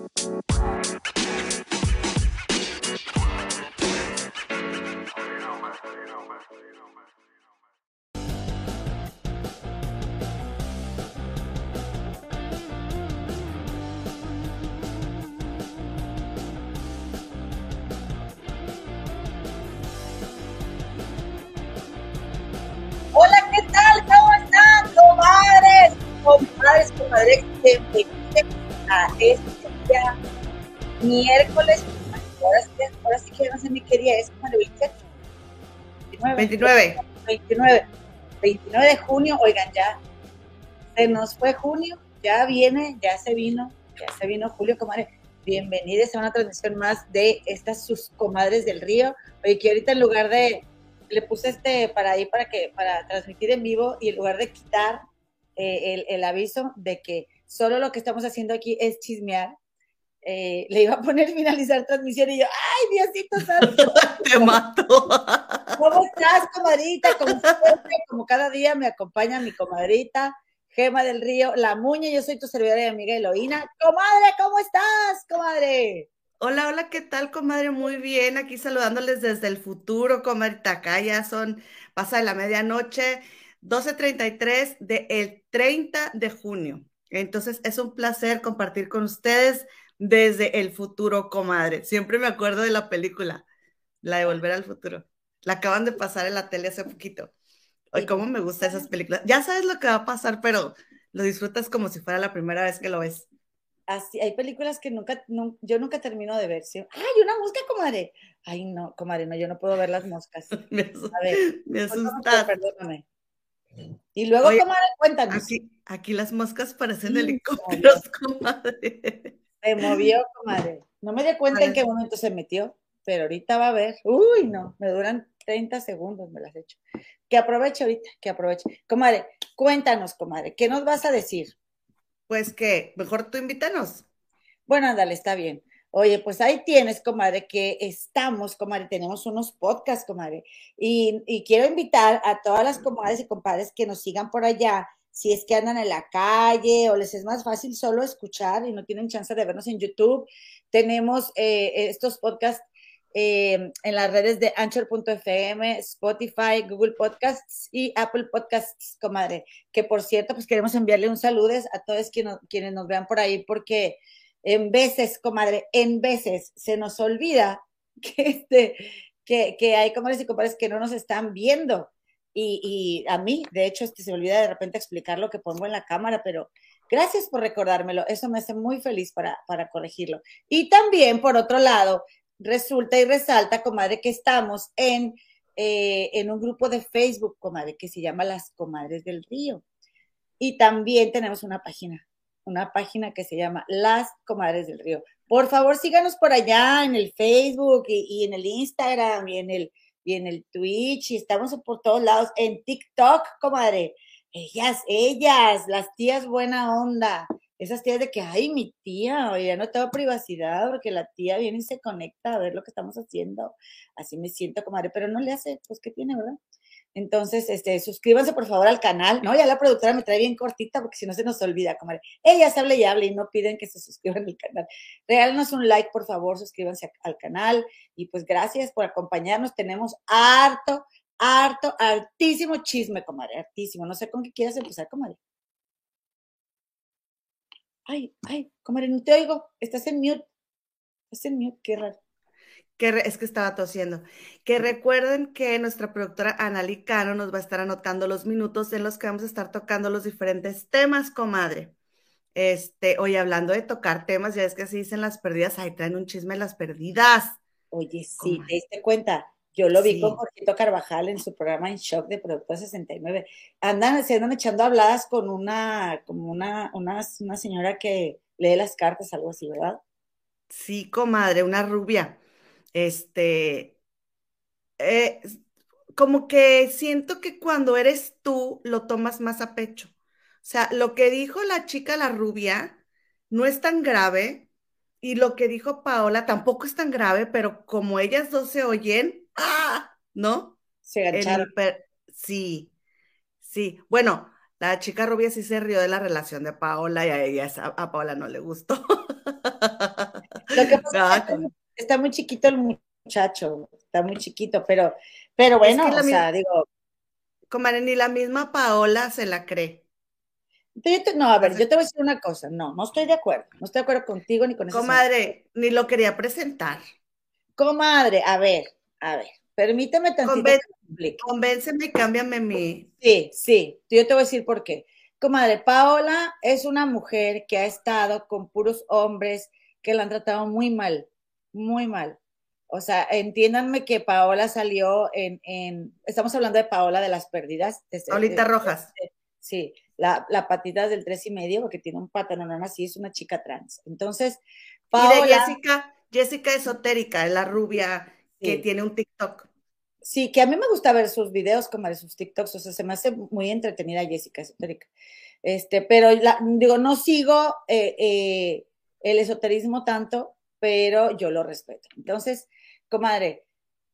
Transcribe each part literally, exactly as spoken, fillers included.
Hola, ¿qué tal? ¿Cómo están, comadres? Compadres, comadres, bienvenidos a este día miércoles. Ahora sí, ahora sí que no sé ni qué día es, como el veintiocho, veintinueve. veintinueve, veintinueve de junio. Oigan, ya se nos fue junio, ya viene, ya se vino, ya se vino julio, comadre. Bienvenidos a una transmisión más de estas sus comadres del río. Oye, que ahorita en lugar de, le puse este para ahí para que, para transmitir en vivo, y en lugar de quitar eh, el, el aviso de que solo lo que estamos haciendo aquí es chismear, eh, le iba a poner finalizar transmisión y yo, ¡ay, Diosito santo! Te mato. ¿Cómo estás, comadrita? Como siempre, como cada día me acompaña mi comadrita, Gema del Río, la Muñe. Yo soy tu servidora y amiga Eloína. Comadre, ¿cómo estás, comadre? Hola, hola, ¿qué tal, comadre? Muy bien, aquí saludándoles desde el futuro, comadrita. Acá ya son, pasa de la medianoche, doce treinta y tres del treinta de junio. Entonces, es un placer compartir con ustedes desde el futuro, comadre. Siempre me acuerdo de la película, la de Volver al Futuro. La acaban de pasar en la tele hace poquito. Ay, cómo me gustan esas películas. Ya sabes lo que va a pasar, pero lo disfrutas como si fuera la primera vez que lo ves. Así, hay películas que nunca, no, yo nunca termino de ver. ¿Sí? ¡Ay, una mosca, comadre! Ay, no, comadre, no, yo no puedo ver las moscas. Me, asu- A ver, me perdóname, asustas. perdóname. Y luego, Oye, comadre, cuéntanos. aquí, aquí las moscas parecen Sí, se movió, helicópteros, comadre. se movió, comadre. No me di cuenta en qué Parece- momento se metió, pero ahorita va a ver. Uy, no, me duran treinta segundos, me las he hecho. Que aproveche ahorita, que aproveche. Comadre, cuéntanos, comadre, ¿qué nos vas a decir? Pues que, mejor tú invítanos. Bueno, ándale, está bien. Oye, pues ahí tienes, comadre, que estamos, comadre, tenemos unos podcasts, comadre, y, y quiero invitar a todas las comadres y compadres que nos sigan por allá, si es que andan en la calle o les es más fácil solo escuchar y no tienen chance de vernos en YouTube. Tenemos eh, estos podcasts eh, en las redes de Anchor punto F M, Spotify, Google Podcasts y Apple Podcasts, comadre, que por cierto, pues queremos enviarle un saludo a todos quienes, quienes nos vean por ahí, porque en veces, comadre, en veces se nos olvida que, este, que, que hay comadres y compadres que no nos están viendo. Y, y a mí, de hecho, este, se me olvida de repente explicar lo que pongo en la cámara, pero gracias por recordármelo. Eso me hace muy feliz para, para corregirlo. Y también, por otro lado, resulta y resalta, comadre, que estamos en, eh, en un grupo de Facebook, comadre, que se llama Las Comadres del Río. Y también tenemos una página, una página que se llama Las Comadres del Río. Por favor, síganos por allá en el Facebook y, y en el Instagram y en el, y en el Twitch, y estamos por todos lados, en TikTok, comadre. Ellas, ellas, las tías buena onda. Esas tías de que, ay, mi tía, oye, ya no tengo privacidad porque la tía viene y se conecta a ver lo que estamos haciendo. Así me siento, comadre, pero no le hace, pues, ¿qué tiene, verdad? Entonces, este, suscríbanse por favor al canal, ¿no? Ya la productora me trae bien cortita porque si no se nos olvida, comadre. Ellas habla y habla y no piden que se suscriban al canal. Regálenos un like, por favor, suscríbanse al canal y pues gracias por acompañarnos. Tenemos harto, harto, hartísimo chisme, comadre, hartísimo. No sé con qué quieras empezar, comadre. Ay, ay, comadre, no te oigo. Estás en mute. Estás en mute, qué raro. Que re- es que estaba tosiendo. Que recuerden que nuestra productora Analí Cano nos va a estar anotando los minutos en los que vamos a estar tocando los diferentes temas, comadre. Este, oye, hablando de tocar temas, ya es que así dicen las perdidas, ahí traen un chisme las perdidas, Oye, sí, ¿te comadre. diste cuenta? Yo lo vi con Sí. Jorgito Carvajal en su programa En Shock de Productor sesenta y nueve. Andan, se andan echando habladas con una, como una, una, una señora que lee las cartas, algo así, ¿verdad? Sí, comadre, una rubia. Este, eh, como que siento que cuando eres tú lo tomas más a pecho. O sea, lo que dijo la chica, la rubia, no es tan grave y lo que dijo Paola tampoco es tan grave, pero como ellas dos se oyen, ¡ah! ¿No? Se gancharon. El per- sí, sí. Bueno, la chica rubia sí se rió de la relación de Paola y a ella, a, a Paola no le gustó. Lo que pasa es que No, está, com- muy está muy chiquito el muchacho, está muy chiquito, pero, pero es que bueno, o la misma, sea, digo, comadre, ni la misma Paola se la cree. yo te- no, a ver, Hace- yo te voy a decir una cosa, no, no estoy de acuerdo, no estoy de acuerdo contigo ni con esa señora. Comadre, ni lo quería presentar. Comadre, a ver, a ver, permíteme tantito Conven- que me explique. Convénceme y cámbiame mi. Sí, sí, yo te voy a decir por qué. Comadre, Paola es una mujer que ha estado con puros hombres que la han tratado muy mal, muy mal. O sea, entiéndanme que Paola salió en, en estamos hablando de Paola de las pérdidas, de- Paulita de- Rojas. de- sí, la, la patita del tres y medio, porque tiene un patanón así, es una chica trans. Entonces, Y de Paola, Jessica, Jessica Esotérica, la rubia que sí, tiene un TikTok. sí, que a mí me gusta ver sus videos, como de sus TikToks, o sea, se me hace muy entretenida Jessica Esotérica. Este, pero la, digo, no sigo eh, eh, el esoterismo tanto, pero yo lo respeto. Entonces, comadre,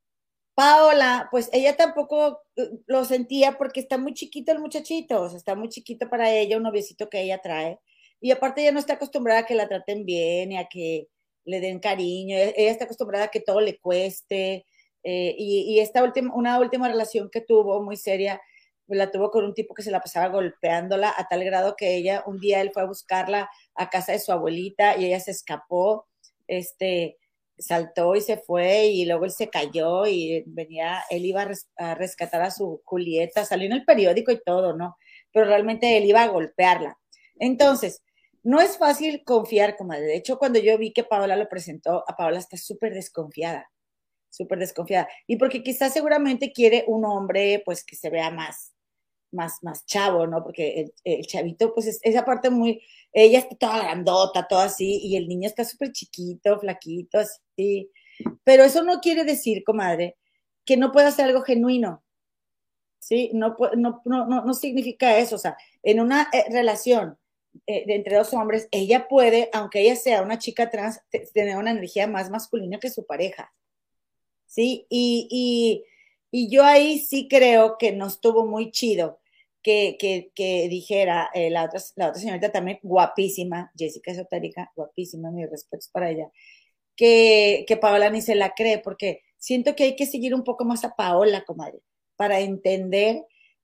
Paola, pues ella tampoco eh, lo sentía porque está muy chiquito el muchachito, o sea, está muy chiquito para ella, un noviecito que ella trae. Y aparte ella no está acostumbrada a que la traten bien y a que le den cariño, ella ella está acostumbrada a que todo le cueste. Eh, y, y esta última, una última relación que tuvo muy seria, pues, la tuvo con un tipo que se la pasaba golpeándola a tal grado que ella, un día él fue a buscarla a casa de su abuelita y ella se escapó. Este, saltó y se fue y luego él se cayó y venía, él iba a, res, a rescatar a su Julieta, salió en el periódico y todo, ¿no? Pero realmente él iba a golpearla. Entonces, no es fácil confiar, comadre. De hecho, cuando yo vi que Paola lo presentó, a Paola está súper desconfiada, súper desconfiada. Y porque quizás seguramente quiere un hombre, pues, que se vea más, más, más chavo, ¿no? Porque el, el chavito, pues es, esa parte muy, ella está toda grandota, toda así, y el niño está súper chiquito, flaquito, así. Pero eso no quiere decir, comadre, que no pueda ser algo genuino, ¿sí? No, no, no, no, no significa eso, o sea, en una eh, relación eh, de entre dos hombres, ella puede, aunque ella sea una chica trans, tener una energía más masculina que su pareja, ¿sí? Y, y, y yo ahí sí creo que no estuvo muy chido que, que, que dijera eh, la, otra, la otra señorita también, guapísima, Jessica Esotérica, guapísima, mis respetos para ella, que, que Paola ni se la cree, porque siento que hay que seguir un poco más a Paola, comadre, para entender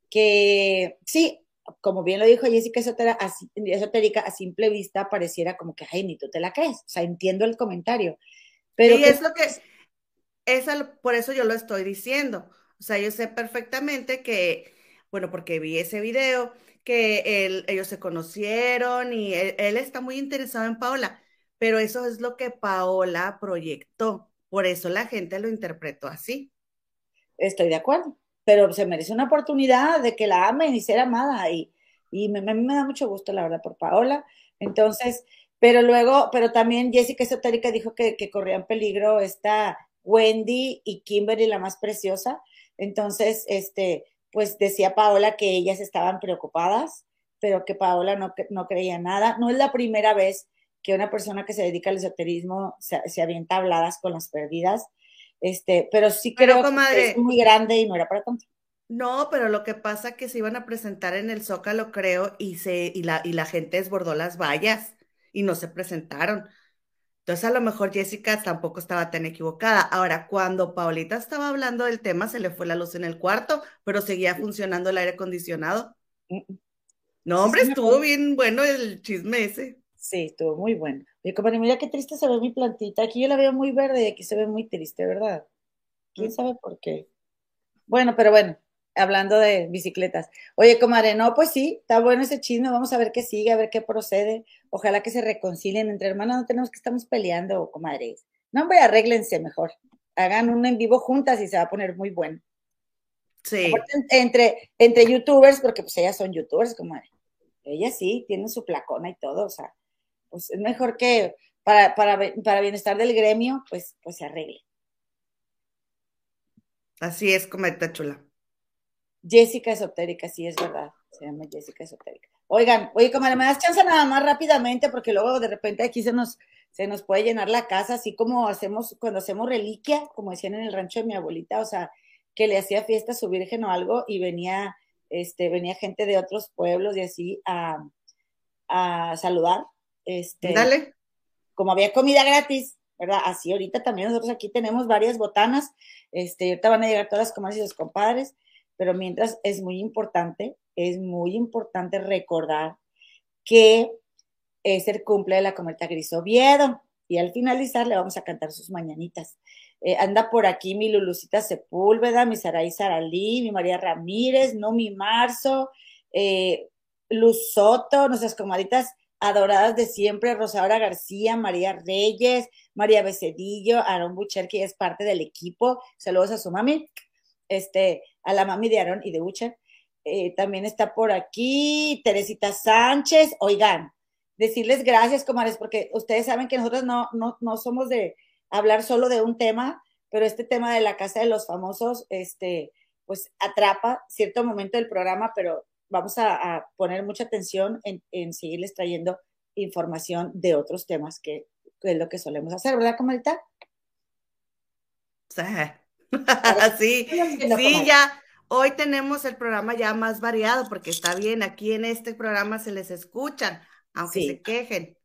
que sí, como bien lo dijo Jessica Esotérica, así, Esotérica, a simple vista pareciera como que, ay, ni tú te la crees, o sea, entiendo el comentario, pero Y que es lo que, es al- por eso yo lo estoy diciendo. O sea, yo sé perfectamente que, bueno, porque vi ese video, que él- ellos se conocieron y él, él está muy interesado en Paola, pero eso es lo que Paola proyectó. Por eso la gente lo interpretó así. estoy de acuerdo, pero se merece una oportunidad de que la amen y ser amada y, y me, me, me da mucho gusto, la verdad, por Paola. Entonces, pero luego, pero también Jessica Esotérica dijo que, que corrían peligro esta Wendy y Kimberly, la más preciosa. Entonces, este, pues decía Paola que ellas estaban preocupadas, pero que Paola no, no creía nada. No es la primera vez que una persona que se dedica al esoterismo se, se avienta habladas con las perdidas. Este, pero sí Pero, creo que comadre, es muy grande y no era para tanto. no, pero lo que pasa es que se iban a presentar en el Zócalo, creo, y se, y la, y la gente desbordó las vallas y no se presentaron. Entonces, a lo mejor Jessica tampoco estaba tan equivocada. Ahora, cuando Paulita estaba hablando del tema, se le fue la luz en el cuarto, pero seguía funcionando el aire acondicionado. No, Sí, hombre, sí, me estuvo acuerdo. bien bueno el chisme ese. Sí, estuvo muy bueno. Oye, compadre, mira qué triste se ve mi plantita. Aquí yo la veo muy verde y aquí se ve muy triste, ¿verdad? ¿Quién ¿Mm? sabe por qué? Bueno, pero bueno, hablando de bicicletas. Oye, comadre, no, pues sí, está bueno ese chisme. Vamos a ver qué sigue, a ver qué procede. Ojalá que se reconcilien entre hermanos. No tenemos que estamos peleando, comadres. No, hombre, arréglense mejor. Hagan un en vivo juntas y se va a poner muy bueno. Sí, Aparte, entre, entre youtubers, porque pues ellas son youtubers, comadre. Ellas sí, tienen su placona y todo, o sea, pues es mejor que para, para, para bienestar del gremio, pues, pues se arregle. así es, cometa chula. Jessica Esotérica, sí es verdad, se llama Jessica Esotérica. Oigan, oye, comadre, me das chance nada más rápidamente, porque luego de repente aquí se nos, se nos puede llenar la casa, así como hacemos cuando hacemos reliquia, como decían en el rancho de mi abuelita, o sea, que le hacía fiesta a su virgen o algo y venía, este, venía gente de otros pueblos y así a, a saludar. Este, Dale. como había comida gratis, ¿verdad? Así ahorita también nosotros aquí tenemos varias botanas, este, ahorita van a llegar todas las comadres y los compadres, pero mientras es muy importante, es muy importante recordar que es el cumple de la comadre Gris Oviedo, y al finalizar le vamos a cantar sus mañanitas. Eh, anda por aquí mi Lulucita Sepúlveda, mi Saraí Saralí, mi María Ramírez, Nomi Marzo, eh, Luz Soto, nuestras comadritas adoradas de siempre, Rosaura García, María Reyes, María Becedillo, Aarón Bucher, que es parte del equipo. Saludos a su mami, este, a la mami de Aarón y de Bucher. Eh, también está por aquí Teresita Sánchez. Oigan, decirles gracias, comadres, porque ustedes saben que nosotros no, no, no somos de hablar solo de un tema, pero este tema de la casa de los famosos, este, pues atrapa cierto momento del programa, pero vamos a, a poner mucha atención en, en, seguirles trayendo información de otros temas, que, que es lo que solemos hacer, ¿verdad, comadita? Sí, sí, sí, ya. Hoy tenemos el programa ya más variado, porque está bien, aquí en este programa se les escuchan, aunque sí se quejen.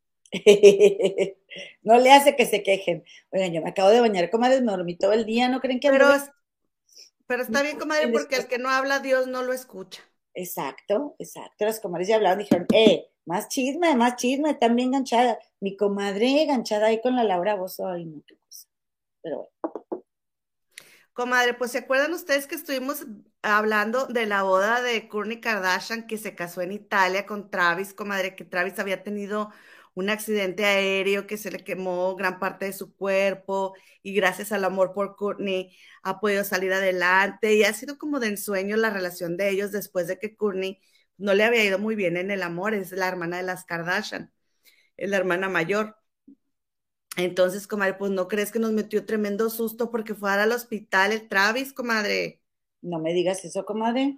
No le hace que se quejen. Oigan, yo me acabo de bañar, comadre, me dormí todo el día, ¿no creen que pero, anduve? pero está bien, comadre, porque el que no habla, Dios no lo escucha. Exacto, exacto. Las comadres ya hablaron, dijeron, eh, más chisme, más chisme, están bien enganchada. Mi comadre enganchada ahí con la Laura Bozo, ay, no, qué cosa. Pero bueno. Comadre, pues ¿se acuerdan ustedes que estuvimos hablando de la boda de Kourtney Kardashian que se casó en Italia con Travis, comadre, que Travis había tenido un accidente aéreo, que se le quemó gran parte de su cuerpo y gracias al amor por Kourtney ha podido salir adelante y ha sido como de ensueño la relación de ellos después de que Kourtney no le había ido muy bien en el amor, es la hermana de las Kardashian, es la hermana mayor. Entonces, comadre, pues ¿no crees que nos metió tremendo susto porque fue al hospital el Travis, comadre? No me digas eso, comadre.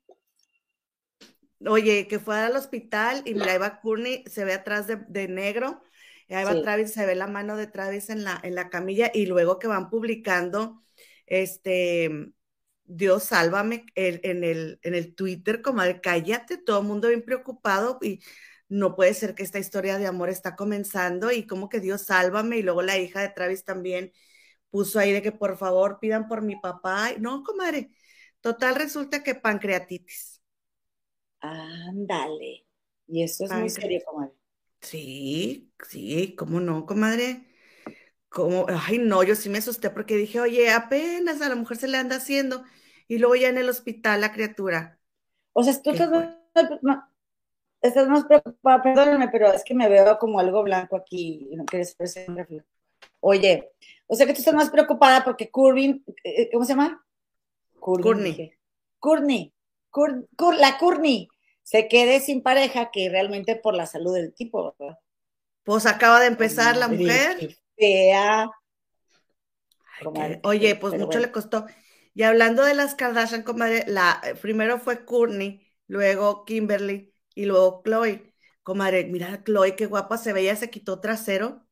Oye, que fue al hospital y mira, ahí va Kourtney, se ve atrás de, de negro, y ahí va sí. Travis, se ve la mano de Travis en la, en la camilla, y luego que van publicando, este, Dios sálvame, el, en, el, en el Twitter, comadre, cállate, todo el mundo bien preocupado, y no puede ser que esta historia de amor está comenzando, y como que Dios sálvame, y luego la hija de Travis también puso ahí de que por favor pidan por mi papá, no, comadre, total resulta que pancreatitis. Ándale. Y eso es Pancre. Muy serio, comadre. Sí, sí, ¿cómo no, comadre? ¿Cómo? Ay, no, yo sí me asusté porque dije, oye, apenas a la mujer se le anda haciendo, y luego ya en el hospital la criatura. O sea, tú estás más, no, estás más preocupada, perdóname, pero es que me veo como algo blanco aquí y no quieres hacer un reflejo. Oye, o sea que tú estás más preocupada porque Courtney, ¿cómo se llama? Kourtney. Kourtney. Kourtney. Kur, la Kourtney se quede sin pareja, que realmente por la salud del tipo, ¿verdad? Pues acaba de empezar la mujer. Qué fea. Ay, qué, oye, pues mucho bueno. Le costó. Y hablando de las Kardashian, comadre, la, primero fue Kourtney, luego Kimberly y luego Khloe. Comadre, mira a Khloe, qué guapa se veía, se quitó trasero.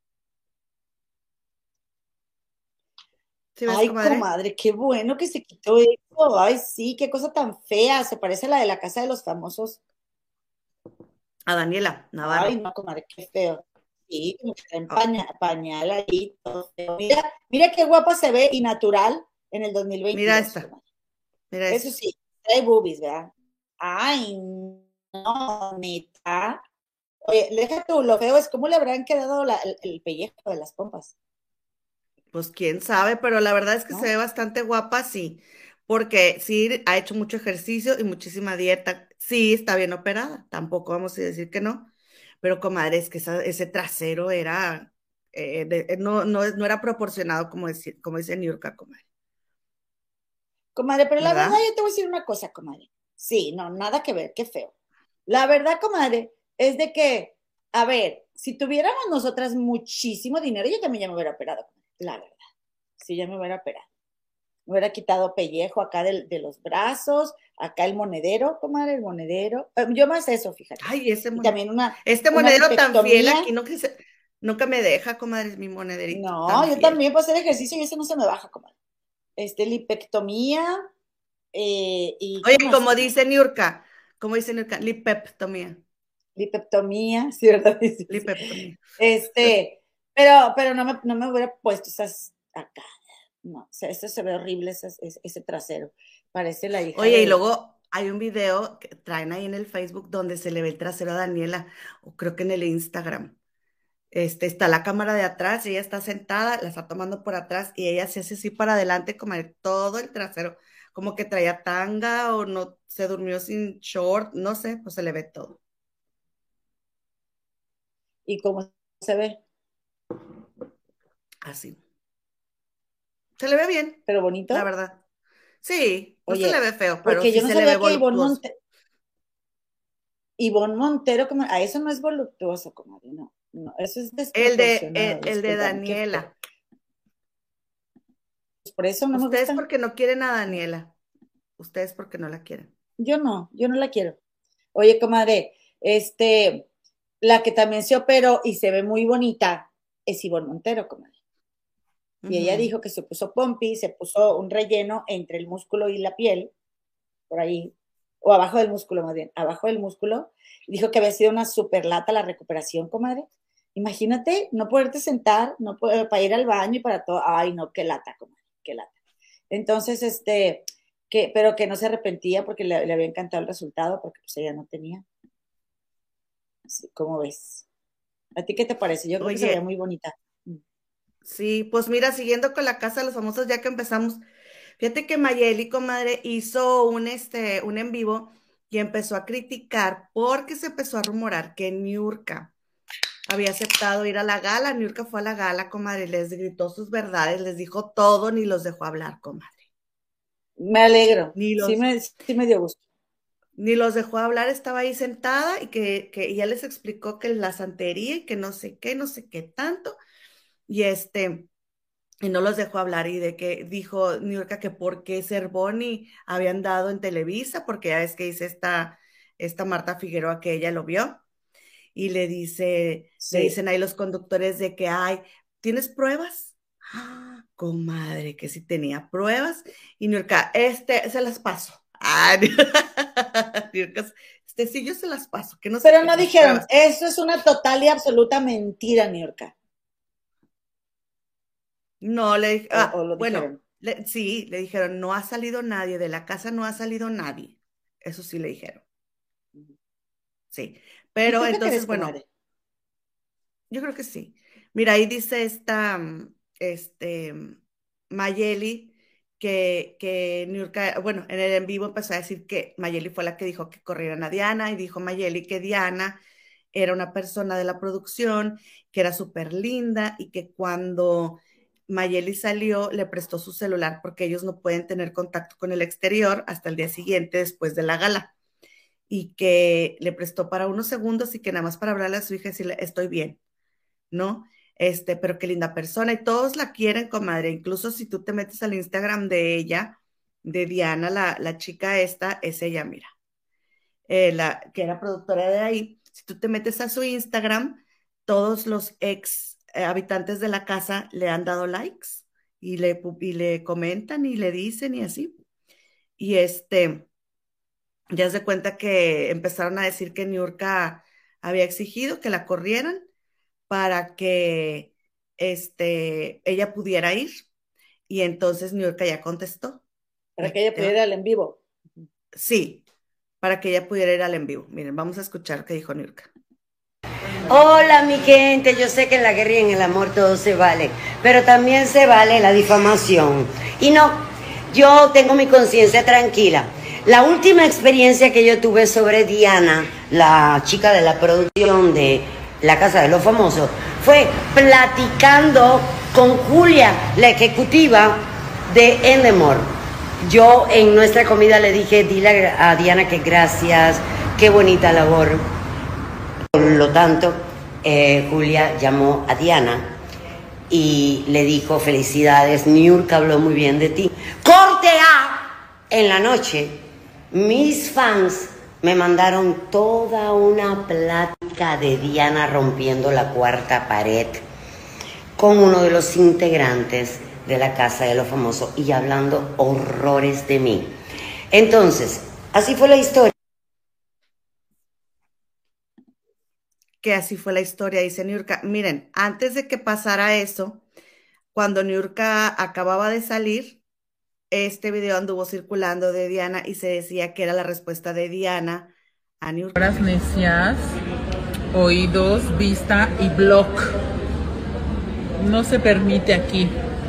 ¿Sí ves, Ay, comadre? comadre, qué bueno que se quitó eso. Ay, sí, qué cosa tan fea. Se parece a la de la casa de los famosos. A Daniela Navarro. Ay, no, comadre, qué feo. Sí, como que está en pañal, pañal ahí, todo feo. Mira, mira qué guapa se ve y natural en el dos mil veintidós. Mira esta. Mira Eso esta. Sí, trae boobies, ¿verdad? Ay, no, neta. Oye, deja tú, lo feo es cómo le habrán quedado la, el, el pellejo de las pompas. Pues quién sabe, pero la verdad es que ¿no? Se ve bastante guapa, sí, porque sí ha hecho mucho ejercicio y muchísima dieta, sí está bien operada, tampoco vamos a decir que no, pero comadre, es que esa, ese trasero era, eh, de, no, no, no era proporcionado como, decir, como dice Niurka, comadre. Comadre, pero ¿verdad? La verdad yo te voy a decir una cosa, comadre, sí, no, nada que ver, qué feo. La verdad, comadre, es de que, a ver, si tuviéramos nosotras muchísimo dinero, yo también ya me hubiera operado, comadre. La verdad, sí, ya me hubiera operado. Me hubiera quitado pellejo acá de, de los brazos, acá el monedero, comadre, el monedero. Yo más eso, fíjate. Ay, ese monedero. También una. Este una monedero tan fiel aquí, no que se, nunca me deja, comadre, es mi monederito. No, yo fiel. También puedo hacer ejercicio y ese no se me baja, comadre. Este, lipectomía. Eh, y, Oye, como dice Niurka, como dice Niurka, lipeptomía. Lipeptomía, sí, ¿verdad? Lipeptomía. Este, Pero, pero no me, no me hubiera puesto esas acá. No, o sea, esto se ve horrible, ese, ese, ese trasero. Parece la hija Oye, y de. luego hay un video que traen ahí en el Facebook donde se le ve el trasero a Daniela, o creo que en el Instagram. Este, está la cámara de atrás y ella está sentada, la está tomando por atrás y ella se hace así para adelante como de todo el trasero, como que traía tanga o no se durmió sin short, no sé, pues se le ve todo. ¿Y cómo se ve? Así. Se le ve bien, ¿Pero la bonito? verdad. Sí, no se le Oye, ve feo, pero porque sí yo no se le ve sabía que Ivonne voluptuoso. Monte, Ivonne Montero, como, a eso no es voluptuoso, comadre, no, no, eso es El de, el, desproporcionado, el de discúlpame, qué feo. Daniela. Pues por eso no me Ustedes gusta. porque no quieren a Daniela. Ustedes porque no la quieren. Yo no, yo no la quiero. Oye, comadre, este, la que también se operó y se ve muy bonita es Ivonne Montero, comadre. Y ella Ujú. dijo que se puso pompi, se puso un relleno entre el músculo y la piel, por ahí, o abajo del músculo más bien, abajo del músculo, y dijo que había sido una super lata la recuperación, comadre. Imagínate no poderte sentar, no poder, para ir al baño y para todo. Ay, no, qué lata, comadre, qué lata. Entonces, este, que, pero que no se arrepentía porque le, le había encantado el resultado, porque pues ella no tenía. Así, ¿cómo ves? ¿A ti qué te parece? Yo creo que se veía Oye, muy bonita. sí, pues mira, siguiendo con la casa de los famosos, ya que empezamos, fíjate que Mayeli, comadre, hizo un, este, un en vivo y empezó a criticar porque se empezó a rumorar que Niurka había aceptado ir a la gala. Niurka fue a la gala, comadre, les gritó sus verdades, les dijo todo, ni los dejó hablar, comadre. Me alegro, Ni sí los, me, sí me dio gusto. ni los dejó hablar, estaba ahí sentada y que, que ya les explicó que la santería y que no sé qué, no sé qué tanto. Y este, y no los dejó hablar y de que dijo Niurka que por qué Cervoni habían dado en Televisa, porque ya es que dice esta, esta Marta Figueroa que ella lo vio y le dice, le Sí. dicen ahí los conductores de que hay, ¿tienes pruebas? ¡Ah, comadre, que sí tenía pruebas. Y Niurka, este, se las paso. Ah, Niurka, este sí, yo se las paso, que no sé Pero qué, no las dijeron, pruebas. eso es una total y absoluta mentira, Niurka. No, le dije, O, o ah, lo bueno, dijeron. le- sí, le dijeron, no ha salido nadie, de la casa no ha salido nadie. Eso sí le dijeron, sí. ¿Y Pero tú qué entonces, crees, bueno, comadre? yo creo que sí. Mira, ahí dice esta, mm, este, mm, Mayeli, que, que Niurka, bueno, en el en vivo empezó a decir que Mayeli fue la que dijo que corrieran a Diana y dijo Mayeli que Diana era una persona de la producción, que era súper linda y que cuando Mayeli salió le prestó su celular porque ellos no pueden tener contacto con el exterior hasta el día siguiente después de la gala y que le prestó para unos segundos y que nada más para hablarle a su hija y decirle estoy bien, ¿no? Este, pero qué linda persona y todos la quieren, comadre. Incluso si tú te metes al Instagram de ella, de Diana, la, la chica esta, es ella, mira, eh, la que era productora de ahí. Si tú te metes a su Instagram, todos los ex eh, habitantes de la casa le han dado likes y le, y le comentan y le dicen y así. Y este, ya se cuenta que empezaron a decir que Niurka había exigido que la corrieran para que este, ella pudiera ir. Y entonces Niurka ya contestó. Para Y que ella te va. pudiera ir al en vivo. Sí, para que ella pudiera ir al en vivo. Miren, vamos a escuchar qué dijo Niurka. Hola mi gente, yo sé que en la guerra y en el amor todo se vale, pero también se vale la difamación. Y no, yo tengo mi conciencia tranquila. La última experiencia que yo tuve sobre Diana, la chica de la producción de La Casa de los Famosos, fue platicando con Julia, la ejecutiva de Endemol. Yo en nuestra comida le dije, dile a Diana que gracias, qué bonita labor. Por lo tanto, eh, Julia llamó a Diana y le dijo, felicidades, Niurka habló muy bien de ti. Corte A, en la noche, mis fans me mandaron toda una plática de Diana rompiendo la cuarta pared con uno de los integrantes de La Casa de los Famosos y hablando horrores de mí. Entonces, así fue la historia. que así fue la historia, dice Niurka. Miren, antes de que pasara eso, cuando Niurka acababa de salir, este video anduvo circulando de Diana y se decía que era la respuesta de Diana a Niurka. Palabras necias, oídos, vista y blog. No se permite aquí.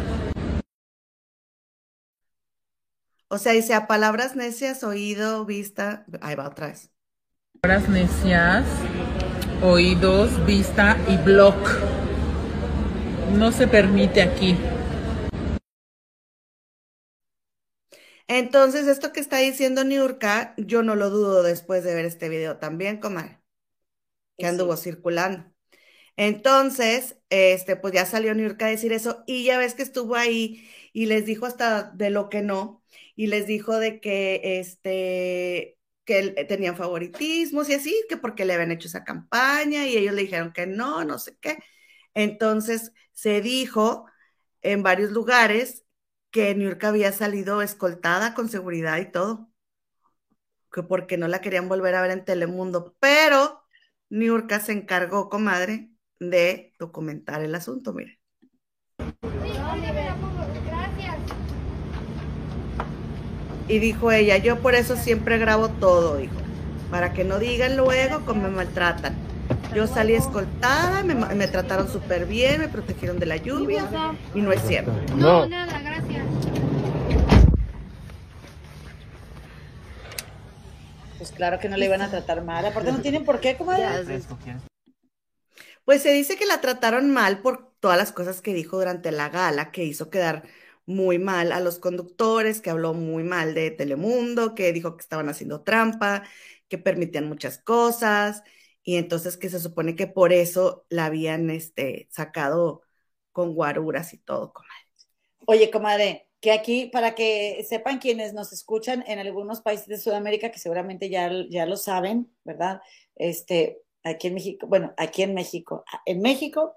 O sea, dice a palabras necias, oído, vista. Ahí va otra vez. Palabras necias, oídos, vista y blog. No se permite aquí. Entonces, esto que está diciendo Niurka, yo no lo dudo después de ver este video también, comadre, que anduvo sí. circulando. Entonces, este, pues ya salió Niurka a decir eso, y ya ves que estuvo ahí y les dijo hasta de lo que no, y les dijo de que, este, que tenían favoritismos y así, que porque le habían hecho esa campaña, y ellos le dijeron que no, no sé qué. Entonces, se dijo en varios lugares que Niurka había salido escoltada con seguridad y todo, que porque no la querían volver a ver en Telemundo, pero Niurka se encargó, comadre, de documentar el asunto, mire. Y dijo ella, yo por eso siempre grabo todo, dijo, para que no digan luego cómo me maltratan. Yo salí escoltada, me, me trataron súper bien, me protegieron de la lluvia, y no es cierto. No, nada, gracias. Pues claro que no le iban a tratar mal, aparte no tienen por qué, comadre. Pues se dice que la trataron mal por todas las cosas que dijo durante la gala, que hizo quedar muy mal a los conductores, que habló muy mal de Telemundo, que dijo que estaban haciendo trampa, que permitían muchas cosas, y entonces que se supone que por eso la habían este, sacado con guaruras y todo, comadre. Oye, comadre, que aquí, para que sepan quienes nos escuchan en algunos países de Sudamérica, que seguramente ya, ya lo saben, ¿verdad? Este, aquí en México, bueno, aquí en México, en México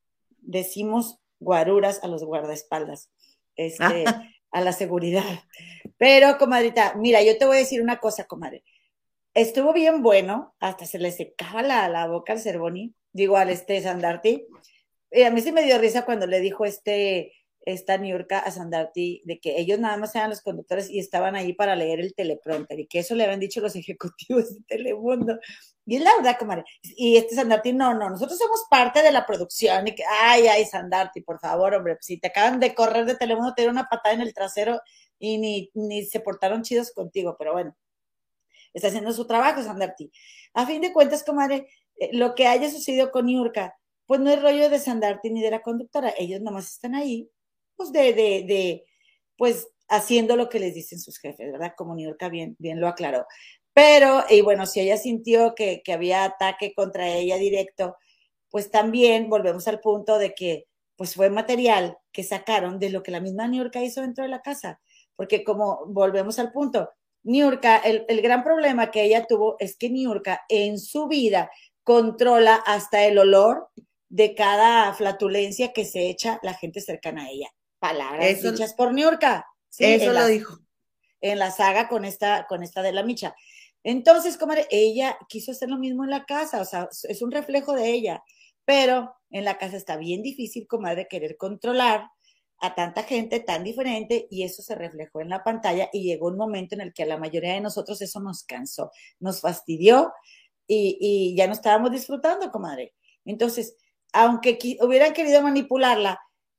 decimos guaruras a los guardaespaldas, este, a la seguridad. Pero, comadrita, mira, yo te voy a decir una cosa, comadre. Estuvo bien bueno, hasta se le secaba la, la boca al Cervoni, digo, al este Sandarti. Y a mí sí me dio risa cuando le dijo este, esta Niurka a Sandarti de que ellos nada más eran los conductores y estaban ahí para leer el teleprompter y que eso le habían dicho los ejecutivos de Telemundo. Y es la verdad, comadre. Y este Sandarti, no, no, nosotros somos parte de la producción. Y que, ay, ay, Sandarti, por favor, hombre, pues si te acaban de correr de Telemundo, te dieron una patada en el trasero y ni, ni se portaron chidos contigo, pero bueno. Está haciendo su trabajo, Sandarti. A fin de cuentas, comadre, eh, lo que haya sucedido con Niurka, pues no es rollo de Sandarti ni de la conductora. Ellos nomás están ahí, pues de, de, de, pues haciendo lo que les dicen sus jefes, ¿verdad? Como Niurka bien, bien lo aclaró. Pero, y bueno, si ella sintió que, que había ataque contra ella directo, pues también volvemos al punto de que, pues fue material que sacaron de lo que la misma Niurka hizo dentro de la casa. Porque como volvemos al punto, Niurka, el, el gran problema que ella tuvo es que Niurka en su vida controla hasta el olor de cada flatulencia que se echa la gente cercana a ella. Palabras eso, dichas por Niurka. ¿sí? Eso la, lo dijo. En la saga con esta, con esta de la Micha. Entonces, comadre, ella quiso hacer lo mismo en la casa, o sea, es un reflejo de ella, pero en la casa está bien difícil, comadre, querer controlar a tanta gente tan diferente y eso se reflejó en la pantalla y llegó un momento en el que a la mayoría de nosotros eso nos cansó, nos fastidió y, y ya no estábamos disfrutando, comadre. Entonces, aunque hubieran querido manipularla,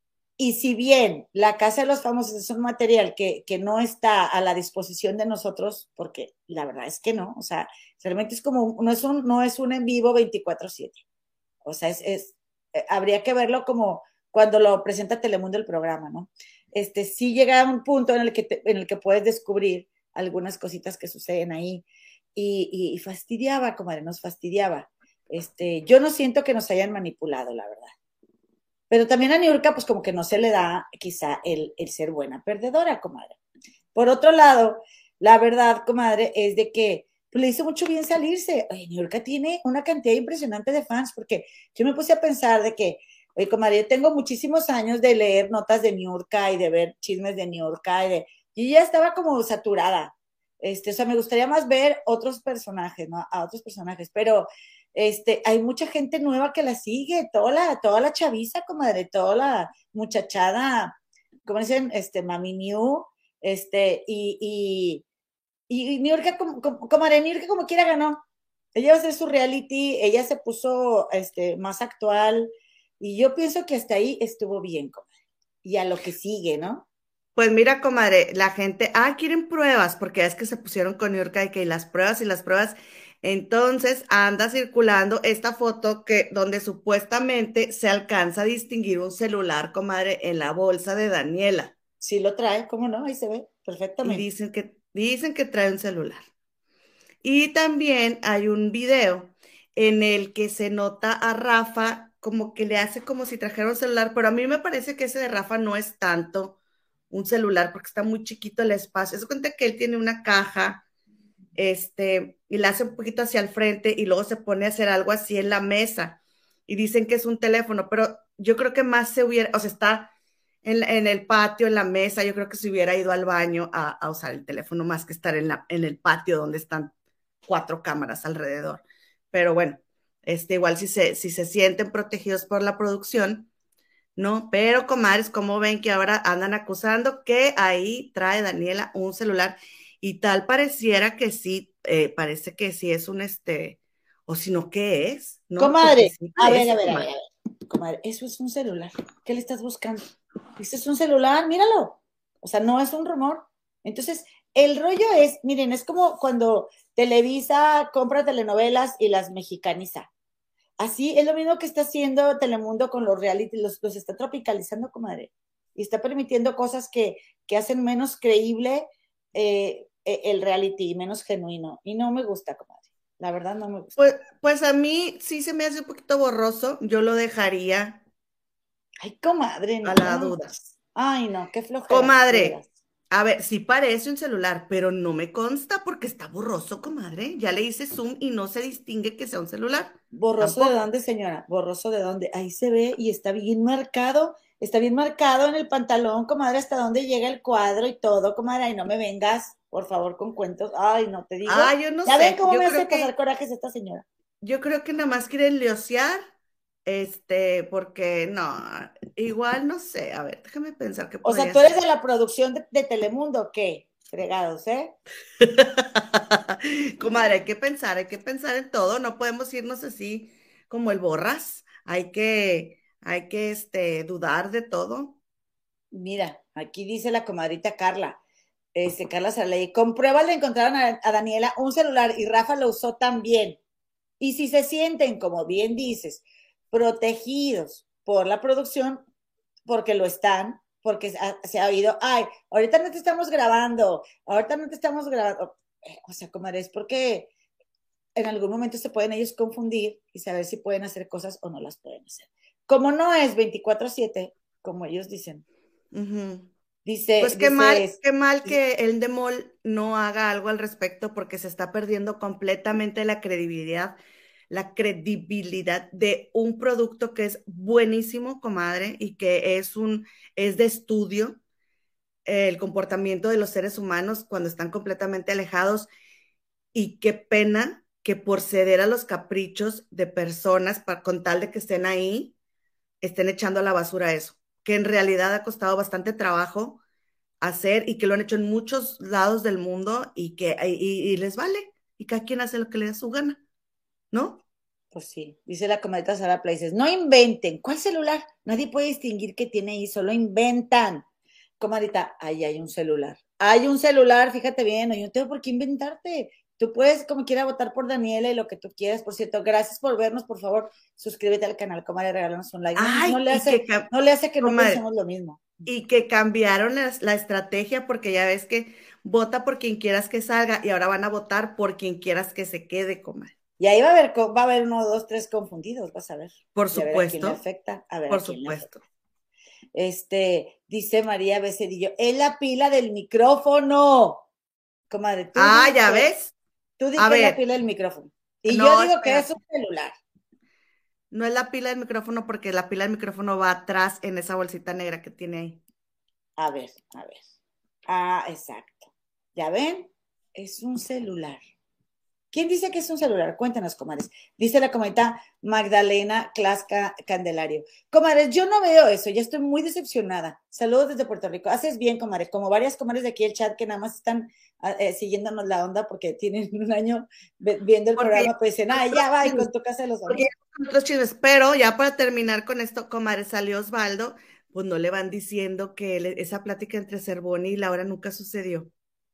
y si bien la Casa de los Famosos es un material que, que no está a la disposición de nosotros, porque la verdad es que no, o sea, realmente es como, no es un, no es un en vivo veinticuatro siete, o sea, es, es eh, habría que verlo como cuando lo presenta Telemundo el programa, ¿no? Este, sí llega a un punto en el que, te, en el que puedes descubrir algunas cositas que suceden ahí y, y, y fastidiaba, comadre, nos fastidiaba. Este, yo no siento que nos hayan manipulado, la verdad. Pero también a Niurka, pues como que no se le da quizá el, el ser buena perdedora, comadre. Por otro lado, la verdad, comadre, es de que pues, le hizo mucho bien salirse. Oye, Niurka tiene una cantidad impresionante de fans, porque yo me puse a pensar de que, oye, comadre, yo tengo muchísimos años de leer notas de Niurka y de ver chismes de Niurka y de... Y ya estaba como saturada. Este, o sea, me gustaría más ver otros personajes, ¿no? A otros personajes, pero Este, hay mucha gente nueva que la sigue, toda la, toda la chaviza, comadre, toda la muchachada, como dicen, este, Mami New, este, y, y, y, y Niurka, como, como, comadre, Niurka como quiera ganó. Ella va a hacer su reality, ella se puso, este, más actual, y yo pienso que hasta ahí estuvo bien, comadre. Y a lo que sigue, ¿no? Pues mira, comadre, la gente, ah, quieren pruebas, porque es que se pusieron con New York y que las pruebas y las pruebas. Entonces anda circulando esta foto que donde supuestamente se alcanza a distinguir un celular, comadre, en la bolsa de Daniela. Sí lo trae, ¿cómo no? Ahí se ve Y perfectamente. dicen que, dicen que trae un celular. Y también hay un video en el que se nota a Rafa como que le hace como si trajera un celular, pero a mí me parece que ese de Rafa no es tanto un celular porque está muy chiquito el espacio. Se cuenta que él tiene una caja, este, y la hace un poquito hacia el frente y luego se pone a hacer algo así en la mesa y dicen que es un teléfono, pero yo creo que más se hubiera, o sea, está en, en el patio, en la mesa, yo creo que se hubiera ido al baño a, a usar el teléfono más que estar en, la, en el patio donde están cuatro cámaras alrededor. Pero bueno, este, igual si se, si se sienten protegidos por la producción, ¿no? Pero, comadres, como ven que ahora andan acusando que ahí trae Daniela un celular y tal pareciera que sí, eh, parece que sí es un este, o si no, ¿qué es? ¿No? Comadre, sí a parece, ver, a ver, comadre. a ver, a ver. Comadre, eso es un celular. ¿Qué le estás buscando? Este es un celular, míralo. O sea, no es un rumor. Entonces, el rollo es, miren, es como cuando Televisa compra telenovelas y las mexicaniza. Así es lo mismo que está haciendo Telemundo con los reality, los, los está tropicalizando, comadre. Y está permitiendo cosas que, que hacen menos creíble eh, el reality, menos genuino. Y no me gusta, comadre. La verdad no me gusta. Pues, pues a mí sí se me hace un poquito borroso, yo lo dejaría Ay, comadre, a no, la no. duda. Ay, no, qué flojera, de veras. Comadre, a ver, sí parece un celular, pero no me consta porque está borroso, comadre. Ya le hice zoom y no se distingue que sea un celular. ¿Borroso de Tampoco. dónde, señora? ¿Borroso de dónde? Ahí se ve y está bien marcado, está bien marcado en el pantalón, comadre, hasta dónde llega el cuadro y todo, comadre. Ay, no me vengas, por favor, con cuentos. Ay, no te Ah, digo. yo no Ya ven sé. cómo Yo me hace creo pasar que, corajes esta señora. yo creo que nada más quieren liosear, este, porque no, igual no sé. A ver, déjame pensar qué O sea, podría tú eres ser. de la producción de, de Telemundo, ¿o ¿qué? Fregados, ¿eh? Comadre, hay que pensar, hay que pensar en todo. No podemos irnos así como el borras. Hay que, hay que, este, dudar de todo. Mira, aquí dice la comadrita Carla. Este, Carla Sarley, con pruebas le encontraron a, a Daniela un celular y Rafa lo usó también. Y si se sienten, como bien dices, protegidos por la producción, porque lo están, porque se ha oído, ay, ahorita no te estamos grabando, ahorita no te estamos grabando. O sea, comadre, es porque en algún momento se pueden ellos confundir y saber si pueden hacer cosas o no las pueden hacer. Como no es veinticuatro siete, como ellos dicen. Ujú. Dice, Pues qué mal, dice, qué mal que el Demol no haga algo al respecto porque se está perdiendo completamente la credibilidad, la credibilidad de un producto que es buenísimo, comadre, y que es un, es de estudio, eh, el comportamiento de los seres humanos cuando están completamente alejados, y qué pena que por ceder a los caprichos de personas para, con tal de que estén ahí, estén echando a la basura eso, que en realidad ha costado bastante trabajo hacer y que lo han hecho en muchos lados del mundo y que y, y les vale y cada quien hace lo que le da su gana, ¿no? pues sí, dice la comadita Sara Places, no inventen, ¿cuál celular? Nadie puede distinguir qué tiene ahí, solo inventan. Comadita, ahí hay un celular. Hay un celular, fíjate bien, no, yo no tengo por qué inventarte. Tú puedes, como quiera, votar por Daniela y lo que tú quieras. Por cierto, gracias por vernos, por favor, suscríbete al canal, comadre, regálanos un like. No, no Ay, le y hace, que, no le hace que no comadre, pensemos lo mismo. y que cambiaron la, la estrategia porque ya ves que vota por quien quieras que salga y ahora van a votar por quien quieras que se quede, comadre. Y ahí va a haber, va a haber uno, dos, tres confundidos, vas a ver. Por Y a ver a quién le supuesto, afecta, a ver por a quién le afecta. supuesto. Este, dice María Becerrillo, es la pila del micrófono. Comadre, tú Ah, di ya que, ves. tú di A que es la ver, pila del micrófono. Y yo no, digo que es espérate. un celular. No es la pila del micrófono porque la pila del micrófono va atrás en esa bolsita negra que tiene ahí. A ver, a ver. Ah, exacto. ¿Ya ven? Es un celular. ¿Quién dice que es un celular? Cuéntanos, comadres. Dice la comadita Magdalena Clasca Candelario. Comadres, yo no veo eso, ya estoy muy decepcionada. Saludos desde Puerto Rico. Haces bien, comadres, como varias comadres de aquí el chat que nada más están eh, siguiéndonos la onda porque tienen un año viendo el porque programa, pues dicen, ah, ya va, y con tu casa de los amigos. Otros chismes, pero ya para terminar con esto, comadres, salió Osvaldo, pues no le van diciendo que él, esa plática entre Cervoni y Laura nunca sucedió.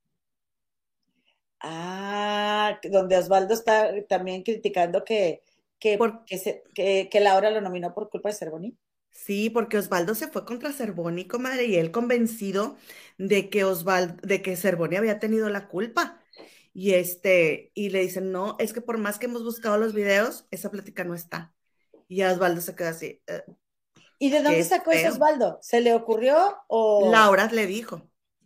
Ah, donde Osvaldo está también criticando que, que, por, que, se, que, que Laura lo nominó por culpa de Cervoni. Sí, porque Osvaldo se fue contra Cervoni, comadre, y él convencido de que Osvaldo, de que Cervoni había tenido la culpa. Y este, y le dicen, no, es que por más que hemos buscado los videos, esa plática no está. Y a Osvaldo se queda así. Eh, ¿Y de dónde sacó eso Osvaldo? ¿Se le ocurrió o...? Laura le dijo.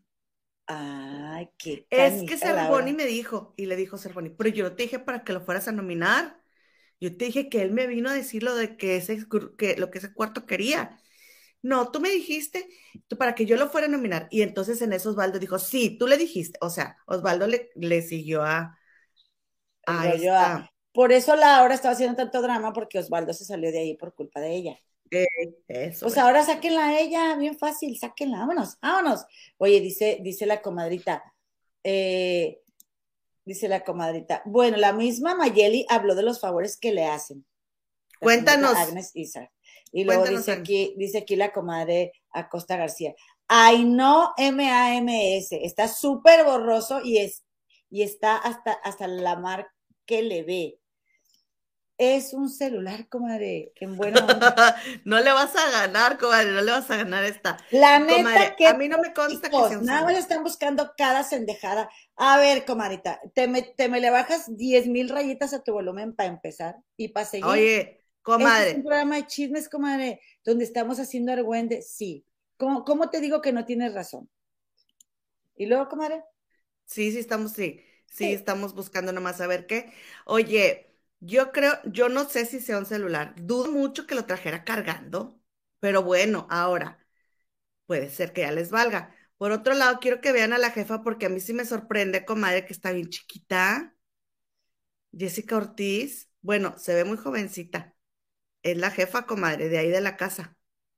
Ay, qué es que Cervoni me dijo, y le dijo Cervoni, pero yo no te dije para que lo fueras a nominar. Yo te dije que él me vino a decir lo de que ese, que, lo que ese cuarto quería. No, tú me dijiste tú, para que yo lo fuera a nominar. Y entonces en eso Osvaldo dijo, sí, tú le dijiste. O sea, Osvaldo le, le siguió a... a esta... a... Por eso Laura estaba haciendo tanto drama, porque Osvaldo se salió de ahí por culpa de ella. Eh, eso, pues bueno. Ahora sáquenla a ella, bien fácil, sáquenla, vámonos, vámonos. Oye, dice, dice la comadrita, eh, dice la comadrita, bueno, la misma Mayeli habló de los favores que le hacen. Cuéntanos. Agnes Isaac. Y luego Cuéntanos, dice aquí, dice aquí la comadre Acosta García. Ay, no, M A M S, está súper borroso y, es, y está hasta, hasta la mar que le ve. Es un celular, comadre, en buena onda. No le vas a ganar, comadre, no le vas a ganar esta. La neta comadre, que a mí no me consta que sea un nada más están buscando cada sendejada. A ver, comadrita, te me, te me le bajas diez mil rayitas a tu volumen para empezar y para seguir. Oye, comadre. Este es un programa de chismes, comadre, donde estamos haciendo argüende. Sí. ¿Cómo, ¿Cómo te digo que no tienes razón? ¿Y luego, comadre? Sí, sí, estamos, sí. Sí, sí. Estamos buscando nomás a ver qué. Oye, yo creo, yo no sé si sea un celular. Dudo mucho que lo trajera cargando, pero bueno, ahora puede ser que ya les valga. Por otro lado, quiero que vean a la jefa porque a mí sí me sorprende, comadre, que está bien chiquita. Jessica Ortiz, bueno, se ve muy jovencita. Es la jefa, comadre, de ahí de la casa.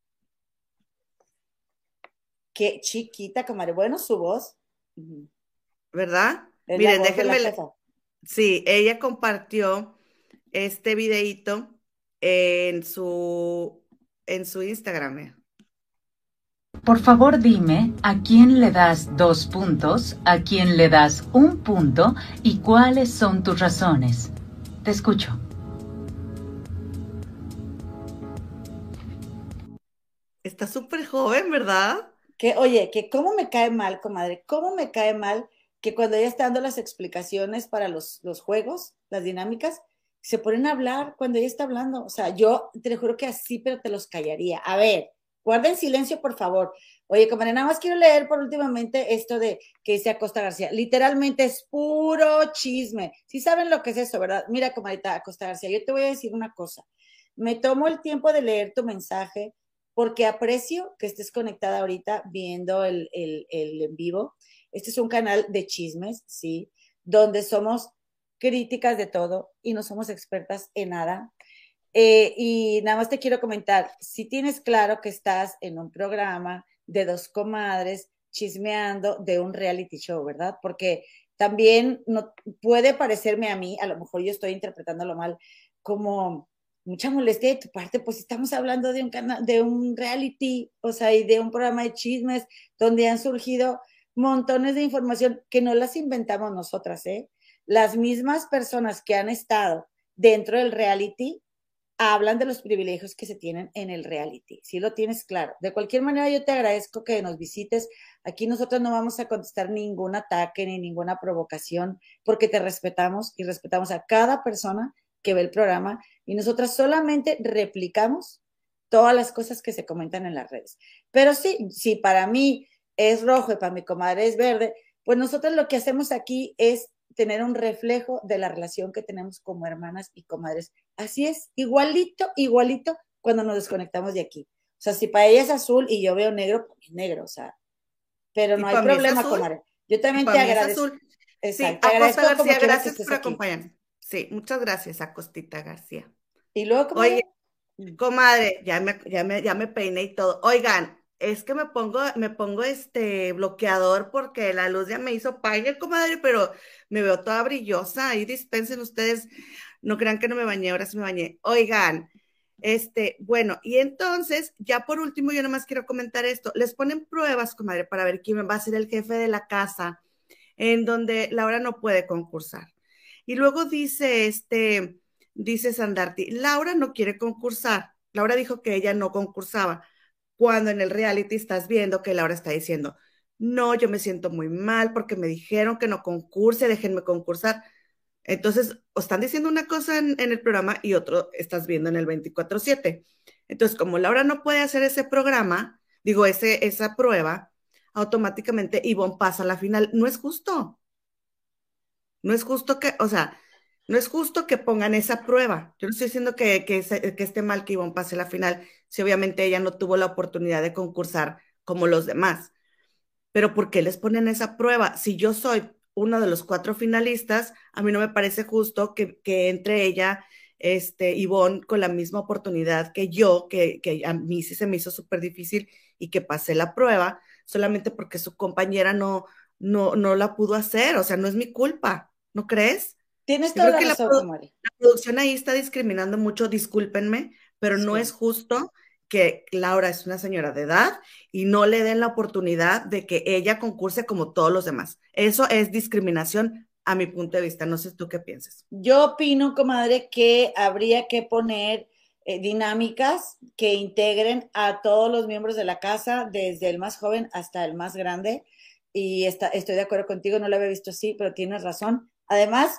Qué chiquita, comadre. Bueno, su voz. ¿Verdad? Es Miren, déjenme. La sí, ella compartió este videíto en su, en su Instagram. Por favor, dime a quién le das dos puntos, a quién le das un punto y cuáles son tus razones. Te escucho. Está súper joven, ¿verdad? Que, oye, que cómo me cae mal, comadre, cómo me cae mal que cuando ella está dando las explicaciones para los, los juegos, las dinámicas, se ponen a hablar cuando ella está hablando. O sea, yo te lo juro que así, pero te los callaría. A ver, guarden silencio, por favor. Oye, comadre, nada más quiero leer por últimamente esto de que dice Acosta García. Literalmente es puro chisme. Sí saben lo que es eso, ¿verdad? Mira, comadrita Acosta García, yo te voy a decir una cosa. Me tomo el tiempo de leer tu mensaje porque aprecio que estés conectada ahorita viendo el, el, el en vivo. Este es un canal de chismes, ¿sí? Donde somos críticas de todo y no somos expertas en nada. Eh, y nada más te quiero comentar, si tienes claro que estás en un programa de dos comadres chismeando de un reality show, ¿verdad? Porque también no, puede parecerme a mí, a lo mejor yo estoy interpretándolo mal, como mucha molestia de tu parte, pues estamos hablando de un canal, de un reality, o sea, y de un programa de chismes donde han surgido montones de información que no las inventamos nosotras, ¿eh? Las mismas personas que han estado dentro del reality hablan de los privilegios que se tienen en el reality. Sí lo tienes claro. De cualquier manera, yo te agradezco que nos visites. Aquí nosotros no vamos a contestar ningún ataque ni ninguna provocación porque te respetamos y respetamos a cada persona que ve el programa y nosotras solamente replicamos todas las cosas que se comentan en las redes. Pero sí, si para mí es rojo y para mi comadre es verde, pues nosotros lo que hacemos aquí es tener un reflejo de la relación que tenemos como hermanas y comadres. Así es, igualito, igualito cuando nos desconectamos de aquí. O sea, si para ella es azul y yo veo negro, pues negro, o sea, pero no hay problema, comadre. Yo también te agradezco. Sí, Exacto. Te Acosta agradezco como García, quiera que gracias estés por aquí. acompañarnos. Sí, muchas gracias, Acostita García. Y luego, Oye, comadre, comadre, ya me, ya me, ya me peiné y todo. Oigan, es que me pongo, me pongo este bloqueador porque la luz ya me hizo paño, comadre, pero me veo toda brillosa. Ahí dispensen ustedes, no crean que no me bañé, ahora sí me bañé. Oigan, este, bueno, y entonces, ya por último, yo nomás quiero comentar esto. Les ponen pruebas, comadre, para ver quién va a ser el jefe de la casa, en donde Laura no puede concursar. Y luego dice este, dice Sandarti, Laura no quiere concursar. Laura dijo que ella no concursaba, cuando en el reality estás viendo que Laura está diciendo, no, yo me siento muy mal porque me dijeron que no concurse, déjenme concursar. Entonces, o están diciendo una cosa en, en el programa y otro estás viendo en el veinticuatro siete. Entonces, como Laura no puede hacer ese programa, digo, ese, esa prueba, automáticamente Ivonne pasa a la final. No es justo. No es justo que, o sea, no es justo que pongan esa prueba. Yo no estoy diciendo que, que, que esté mal que Ivonne pase la final, si obviamente ella no tuvo la oportunidad de concursar como los demás. Pero ¿por qué les ponen esa prueba? Si yo soy uno de los cuatro finalistas, a mí no me parece justo que, que entre ella, este, Ivonne, con la misma oportunidad que yo, que, que a mí sí se me hizo súper difícil y que pasé la prueba, solamente porque su compañera no, no, no la pudo hacer. O sea, no es mi culpa, ¿no crees? tienes Yo toda creo la que la, razón, comadre. la producción ahí está discriminando mucho, discúlpenme, pero no es Sí. justo que Laura es una señora de edad y no le den la oportunidad de que ella concurse como todos los demás. Eso es discriminación a mi punto de vista. No sé tú qué piensas. Yo opino, comadre, que habría que poner eh, dinámicas que integren a todos los miembros de la casa, desde el más joven hasta el más grande. Y está, estoy de acuerdo contigo, no lo había visto así, pero tienes razón. Además,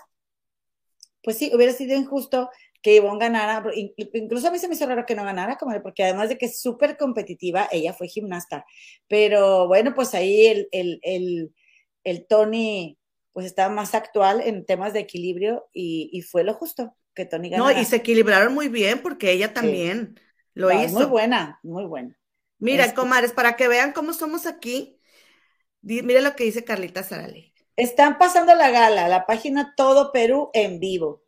pues sí, hubiera sido injusto que Ivonne ganara, incluso a mí se me hizo raro que no ganara, comadre, porque además de que es súper competitiva, ella fue gimnasta, pero bueno, pues ahí el, el, el, el Tony pues estaba más actual en temas de equilibrio y, y fue lo justo que Tony No, y ganara. se equilibraron muy bien porque ella Sí. también lo No, es muy hizo. buena, muy buena. Mira, Este, comadres, para que vean cómo somos aquí, mire lo que dice Carlita Sarali. están pasando la gala, la página Todo Perú en vivo.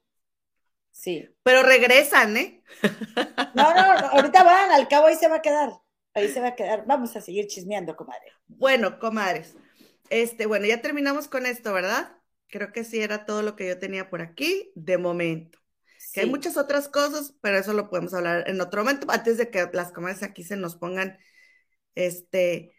Sí. Pero regresan, ¿eh? No, no, no, ahorita van, al cabo ahí se va a quedar. Ahí se va a quedar. Vamos a seguir chismeando, comadre. Bueno, comadres. Este, bueno, ya terminamos con esto, ¿verdad? Creo que sí era todo lo que yo tenía por aquí de momento. Sí. Que hay muchas otras cosas, pero eso lo podemos hablar en otro momento, antes de que las comadres aquí se nos pongan este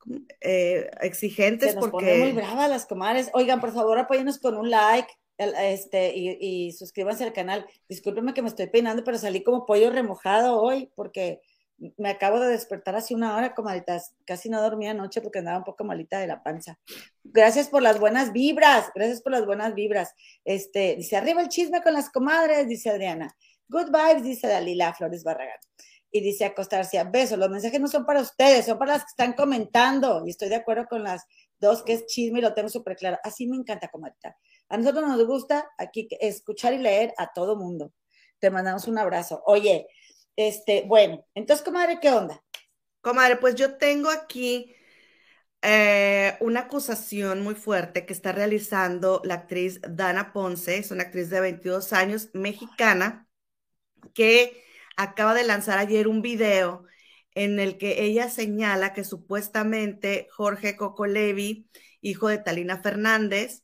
eh, exigentes, Se nos porque ponen muy bravas las comadres. Oigan, por favor, apóyenos con un like este, y, y suscríbanse al canal. Discúlpenme que me estoy peinando, pero salí como pollo remojado hoy porque me acabo de despertar hace una hora, comadritas. Casi no dormí anoche porque andaba un poco malita de la panza. Gracias por las buenas vibras. Gracias por las buenas vibras. Este, dice, arriba el chisme con las comadres, dice Adriana. Good vibes, dice Dalila Flores Barragán. Y dice acostarse a besos. Los mensajes no son para ustedes, son para las que están comentando. Y estoy de acuerdo con las dos, que es chisme y lo tengo súper claro. Así me encanta, comadita. A nosotros nos gusta aquí escuchar y leer a todo mundo. Te mandamos un abrazo. Oye, este, bueno, entonces, comadre, ¿qué onda? Comadre, pues yo tengo aquí eh, una acusación muy fuerte que está realizando la actriz Dana Ponce, es una actriz de veintidós años, mexicana, que acaba de lanzar ayer un video en el que ella señala que supuestamente Jorge Coco Levi, hijo de Talina Fernández,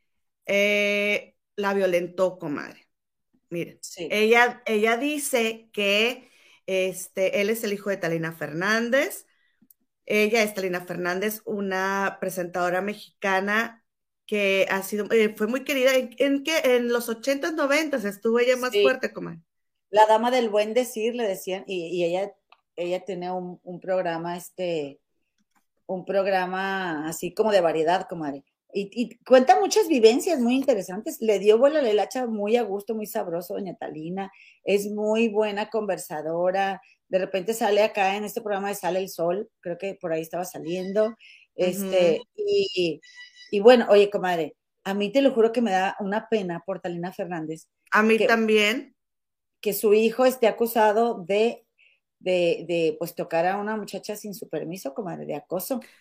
eh, la violentó, comadre. Miren, sí. ella, ella dice que este, él es el hijo de Talina Fernández. Ella es Talina Fernández, una presentadora mexicana que ha sido, eh, fue muy querida. ¿En, en, qué? En los ochentas, noventas estuvo ella más sí. fuerte, comadre. La dama del buen decir, le decían, y, y ella, ella tiene un, un programa, este, un programa así como de variedad, comadre. Y, y cuenta muchas vivencias muy interesantes. Le dio vuelo a la hilacha muy a gusto, muy sabroso, doña Talina. Es muy buena conversadora. De repente sale acá en este programa de Sale el Sol, creo que por ahí estaba saliendo. Este, uh-huh. y, y bueno, oye, comadre, a mí te lo juro que me da una pena por Talina Fernández. A mí que, también. Que su hijo esté acusado de, de, de, pues, tocar a una muchacha sin su permiso, comadre, de acoso.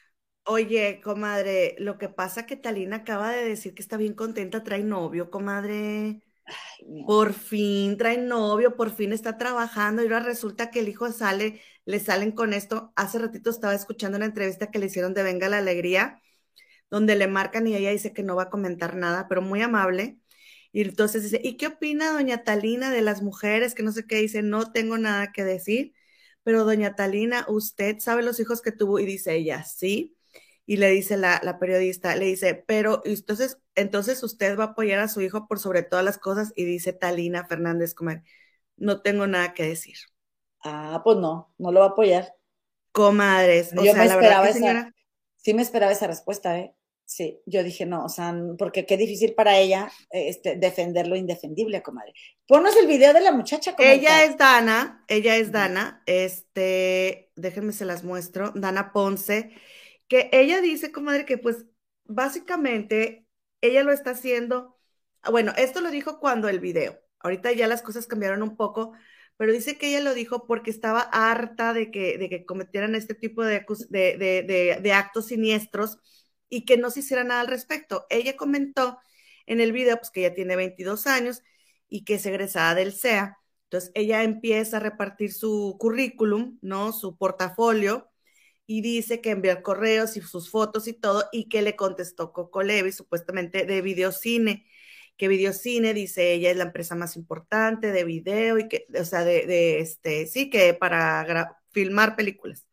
Oye, comadre, lo que pasa que Talina acaba de decir que está bien contenta, trae novio, comadre. Ay, mi amor. Por fin trae novio, por fin está trabajando y ahora resulta que el hijo sale, le salen con esto. Hace ratito estaba escuchando una entrevista que le hicieron de Venga la Alegría, donde le marcan y ella dice que no va a comentar nada, pero muy amable. Y entonces dice, ¿y qué opina doña Talina de las mujeres? Que no sé qué, dice, no tengo nada que decir, pero doña Talina, ¿usted sabe los hijos que tuvo? Y dice ella, sí. Y le dice la, la periodista, le dice, pero entonces, entonces usted va a apoyar a su hijo por sobre todas las cosas. Y dice Talina Fernández, comadre, no tengo nada que decir. Ah, pues no, no lo va a apoyar. Comadres, o Yo sea, me la verdad esperaba que esa, señora, sí me esperaba esa respuesta, ¿eh? Sí, yo dije no, o sea, porque qué difícil para ella este, defender lo indefendible, comadre. Ponnos el video de la muchacha, comadre. ella es Dana, ella es Dana, este, déjenme se las muestro, Dana Ponce, que ella dice, comadre, que pues básicamente ella lo está haciendo, bueno, esto lo dijo cuando el video, ahorita ya las cosas cambiaron un poco, pero dice que ella lo dijo porque estaba harta de que, de que cometieran este tipo de, de, de, de, de actos siniestros y que no se hiciera nada al respecto. Ella comentó en el video pues que ella tiene veintidós años y que es egresada del C E A. Entonces ella empieza a repartir su currículum, ¿no? Su portafolio, y dice que envió correos y sus fotos y todo, y que le contestó Coco Levi, supuestamente de Videocine, que Videocine, dice ella, es la empresa más importante de video, y que, o sea, de, de este, sí, que para filmar películas.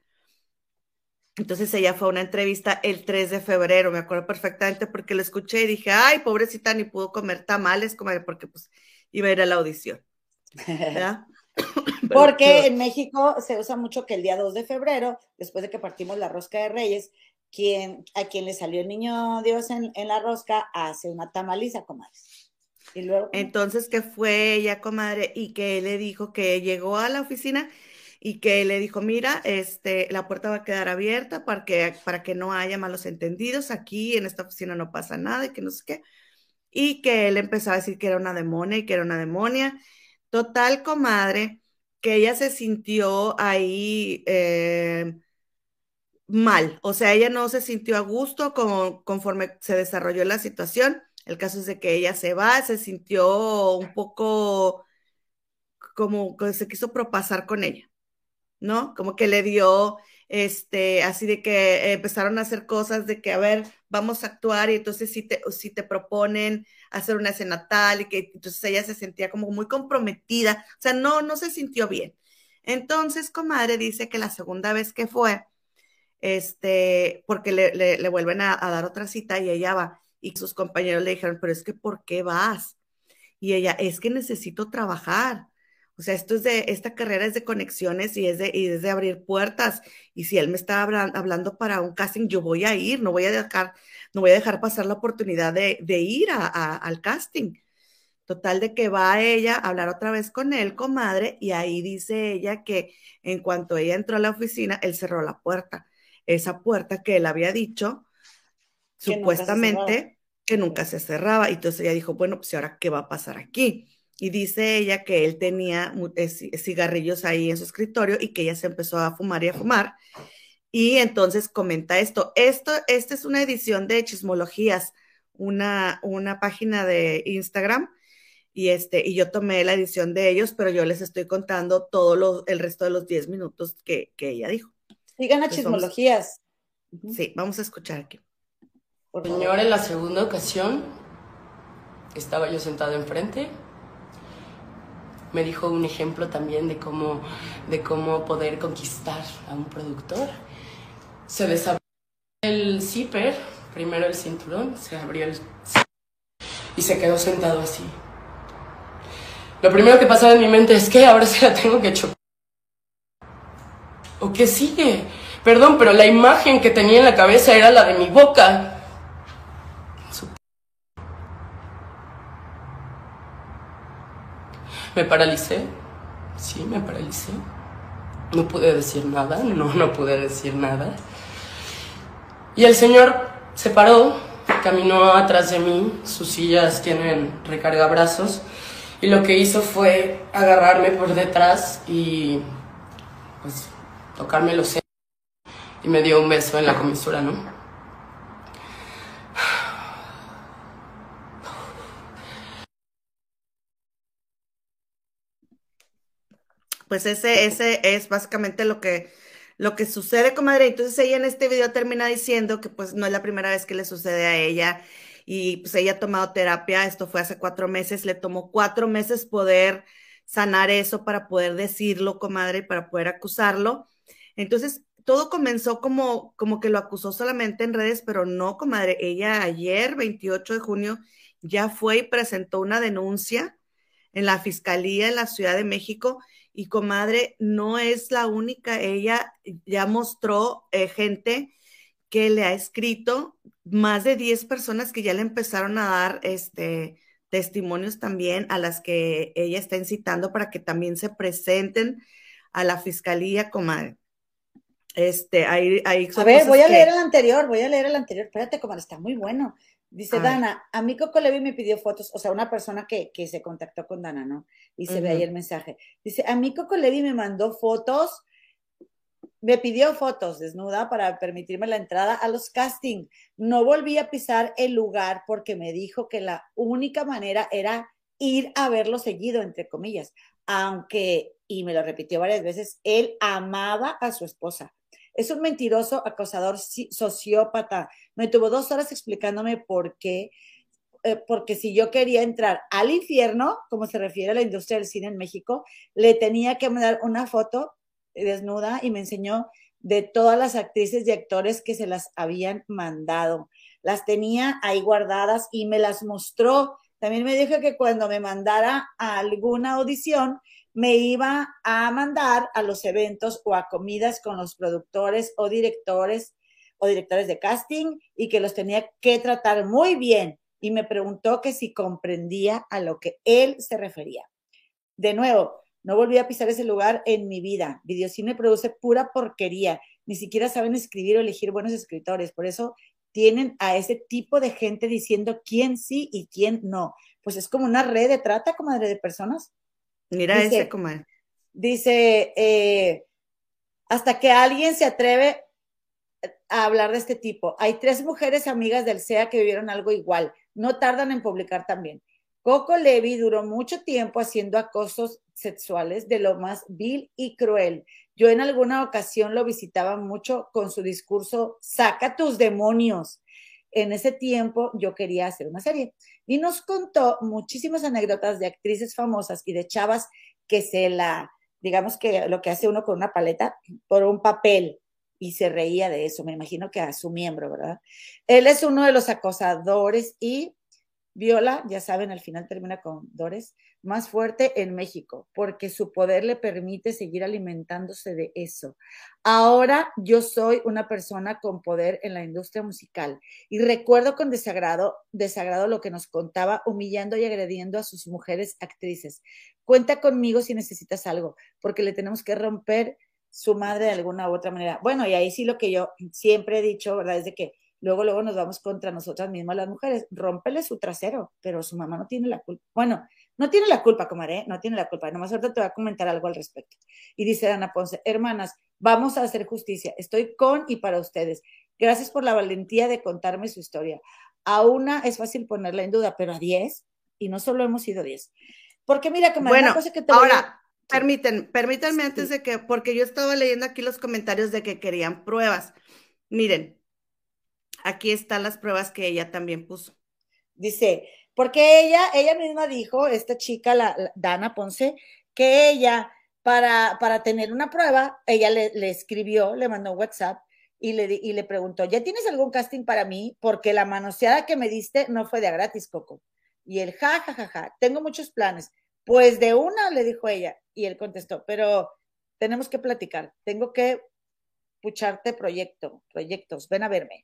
Entonces ella fue a una entrevista el tres de febrero, me acuerdo perfectamente porque lo escuché y dije, ay, pobrecita, ni pudo comer tamales, comer, porque pues iba a ir a la audición. ¿Verdad? Porque en México se usa mucho que el día dos de febrero, después de que partimos la rosca de Reyes, quien, a quien le salió el niño Dios en, en la rosca hace una tamaliza, comadre. Y luego, entonces que fue ella, comadre, y que él le dijo que llegó a la oficina y que le dijo, mira, este, la puerta va a quedar abierta para que, para que no haya malos entendidos, aquí en esta oficina no pasa nada y que no sé qué, y que él empezó a decir que era una demonia y que era una demonia. Total, comadre, que ella se sintió ahí eh, mal, o sea, ella no se sintió a gusto con, conforme se desarrolló la situación. El caso es de que ella se va, se sintió un poco como que se quiso propasar con ella, ¿no? Como que le dio, este, así de que empezaron a hacer cosas de que, a ver, vamos a actuar y entonces si te, si te proponen hacer una escena tal y que entonces ella se sentía como muy comprometida, o sea, no, no se sintió bien. Entonces, comadre dice que la segunda vez que fue, este, porque le, le, le vuelven a, a dar otra cita y ella va y sus compañeros le dijeron, pero es que ¿por qué vas? Y ella, es que necesito trabajar. O sea, esto es de, esta carrera es de conexiones y es de, y es de abrir puertas. Y si él me está habla, hablando para un casting, yo voy a ir, no voy a dejar, no voy a dejar pasar la oportunidad de, de ir a, a, al casting. Total de que va ella a hablar otra vez con él, comadre, y ahí dice ella que en cuanto ella entró a la oficina, él cerró la puerta. Esa puerta que él había dicho, que supuestamente, nunca que nunca se cerraba. Y entonces ella dijo, bueno, pues ahora, ¿qué va a pasar aquí? Y dice ella que él tenía cigarrillos ahí en su escritorio y que ella se empezó a fumar y a fumar. Y entonces comenta esto. Esto, esta es una edición de Chismologías, una, una página de Instagram. Y, este, y yo tomé la edición de ellos, pero yo les estoy contando todo lo, el resto de los diez minutos que, que ella dijo. Sigan a Chismologías. Vamos, sí, vamos a escuchar aquí. Señor, en la segunda ocasión, estaba yo sentado enfrente. Me dijo un ejemplo también de cómo, de cómo poder conquistar a un productor. Se desabrió el zipper, primero el cinturón, se abrió el zipper y se quedó sentado así. Lo primero que pasaba en mi mente es que ahora se la tengo que chocar. ¿O qué sigue? Perdón, pero la imagen que tenía en la cabeza era la de mi boca. Me paralicé, sí, me paralicé. No pude decir nada, no, no pude decir nada. Y el señor se paró, caminó atrás de mí, sus sillas tienen recargabrazos, y lo que hizo fue agarrarme por detrás y pues tocarme los senos, y me dio un beso en la comisura, ¿no? Pues ese, ese es básicamente lo que, lo que sucede, comadre. Entonces ella en este video termina diciendo que pues no es la primera vez que le sucede a ella y pues ella ha tomado terapia, esto fue hace cuatro meses, le tomó cuatro meses poder sanar eso para poder decirlo, comadre, para poder acusarlo. Entonces todo comenzó como, como que lo acusó solamente en redes, pero no, comadre. Ella ayer, veintiocho de junio, ya fue y presentó una denuncia en la Fiscalía de la Ciudad de México. Y comadre, no es la única, ella ya mostró eh, gente que le ha escrito, más de diez personas que ya le empezaron a dar este, testimonios también, a las que ella está incitando para que también se presenten a la fiscalía, comadre. Este, hay, hay A ver, voy a que... leer el anterior, voy a leer el anterior, espérate, comadre, está muy bueno. Dice a Dana, ver. A mí Coco Levi me pidió fotos, o sea, una persona que, que se contactó con Dana, ¿no? Y se uh-huh. ve ahí el mensaje. Dice, a mí Coco Levi me mandó fotos, me pidió fotos desnuda para permitirme la entrada a los castings. No volví a pisar el lugar porque me dijo que la única manera era ir a verlo seguido, entre comillas. Aunque, y me lo repitió varias veces, él amaba a su esposa. Es un mentiroso, acosador, sociópata. Me tuvo dos horas explicándome por qué, eh, porque si yo quería entrar al infierno, como se refiere a la industria del cine en México, le tenía que mandar una foto desnuda y me enseñó de todas las actrices y actores que se las habían mandado. Las tenía ahí guardadas y me las mostró. También me dijo que cuando me mandara a alguna audición, me iba a mandar a los eventos o a comidas con los productores o directores o directores de casting y que los tenía que tratar muy bien. Y me preguntó que si comprendía a lo que él se refería. De nuevo, no volví a pisar ese lugar en mi vida. Videocine produce pura porquería. Ni siquiera saben escribir o elegir buenos escritores. Por eso tienen a ese tipo de gente diciendo quién sí y quién no. Pues es como una red de trata, comadre, de personas. Mira dice, ese, comadre. Dice, eh, hasta que alguien se atreve a hablar de este tipo. Hay tres mujeres amigas del C E A que vivieron algo igual. No tardan en publicar también. Coco Levi duró mucho tiempo haciendo acosos sexuales de lo más vil y cruel. Yo en alguna ocasión lo visitaba mucho con su discurso, saca tus demonios. En ese tiempo yo quería hacer una serie y nos contó muchísimas anécdotas de actrices famosas y de chavas que se la, digamos que lo que hace uno con una paleta por un papel y se reía de eso, me imagino que a su miembro, ¿verdad? Él es uno de los acosadores y Viola, ya saben, al final termina con Dores, más fuerte en México, porque su poder le permite seguir alimentándose de eso. Ahora yo soy una persona con poder en la industria musical y recuerdo con desagrado, desagrado lo que nos contaba, humillando y agrediendo a sus mujeres actrices. Cuenta conmigo si necesitas algo, porque le tenemos que romper su madre de alguna u otra manera. Bueno, y ahí sí lo que yo siempre he dicho, ¿verdad? Es de que luego, luego nos vamos contra nosotras mismas las mujeres. Rómpele su trasero, pero su mamá no tiene la culpa. Bueno, no tiene la culpa, comadre, no tiene la culpa. Nomás ahorita te voy a comentar algo al respecto. Y dice Ana Ponce, hermanas, vamos a hacer justicia. Estoy con y para ustedes. Gracias por la valentía de contarme su historia. A una es fácil ponerla en duda, pero a diez, y no solo hemos sido diez. Porque mira, comadre, bueno, una cosa que te ahora, voy a... permítanme, permítanme sí. antes de que, porque yo estaba leyendo aquí los comentarios de que querían pruebas. Miren, aquí están las pruebas que ella también puso. Dice, porque ella, ella misma dijo, esta chica, la, la Dana Ponce, que ella, para, para tener una prueba, ella le, le escribió, le mandó WhatsApp y le, y le preguntó, ¿ya tienes algún casting para mí? Porque la manoseada que me diste no fue de a gratis, Coco. Y él, ja, ja, ja, ja, tengo muchos planes. Pues de una, le dijo ella. Y él contestó, pero tenemos que platicar, tengo que pucharte proyecto, proyectos, ven a verme.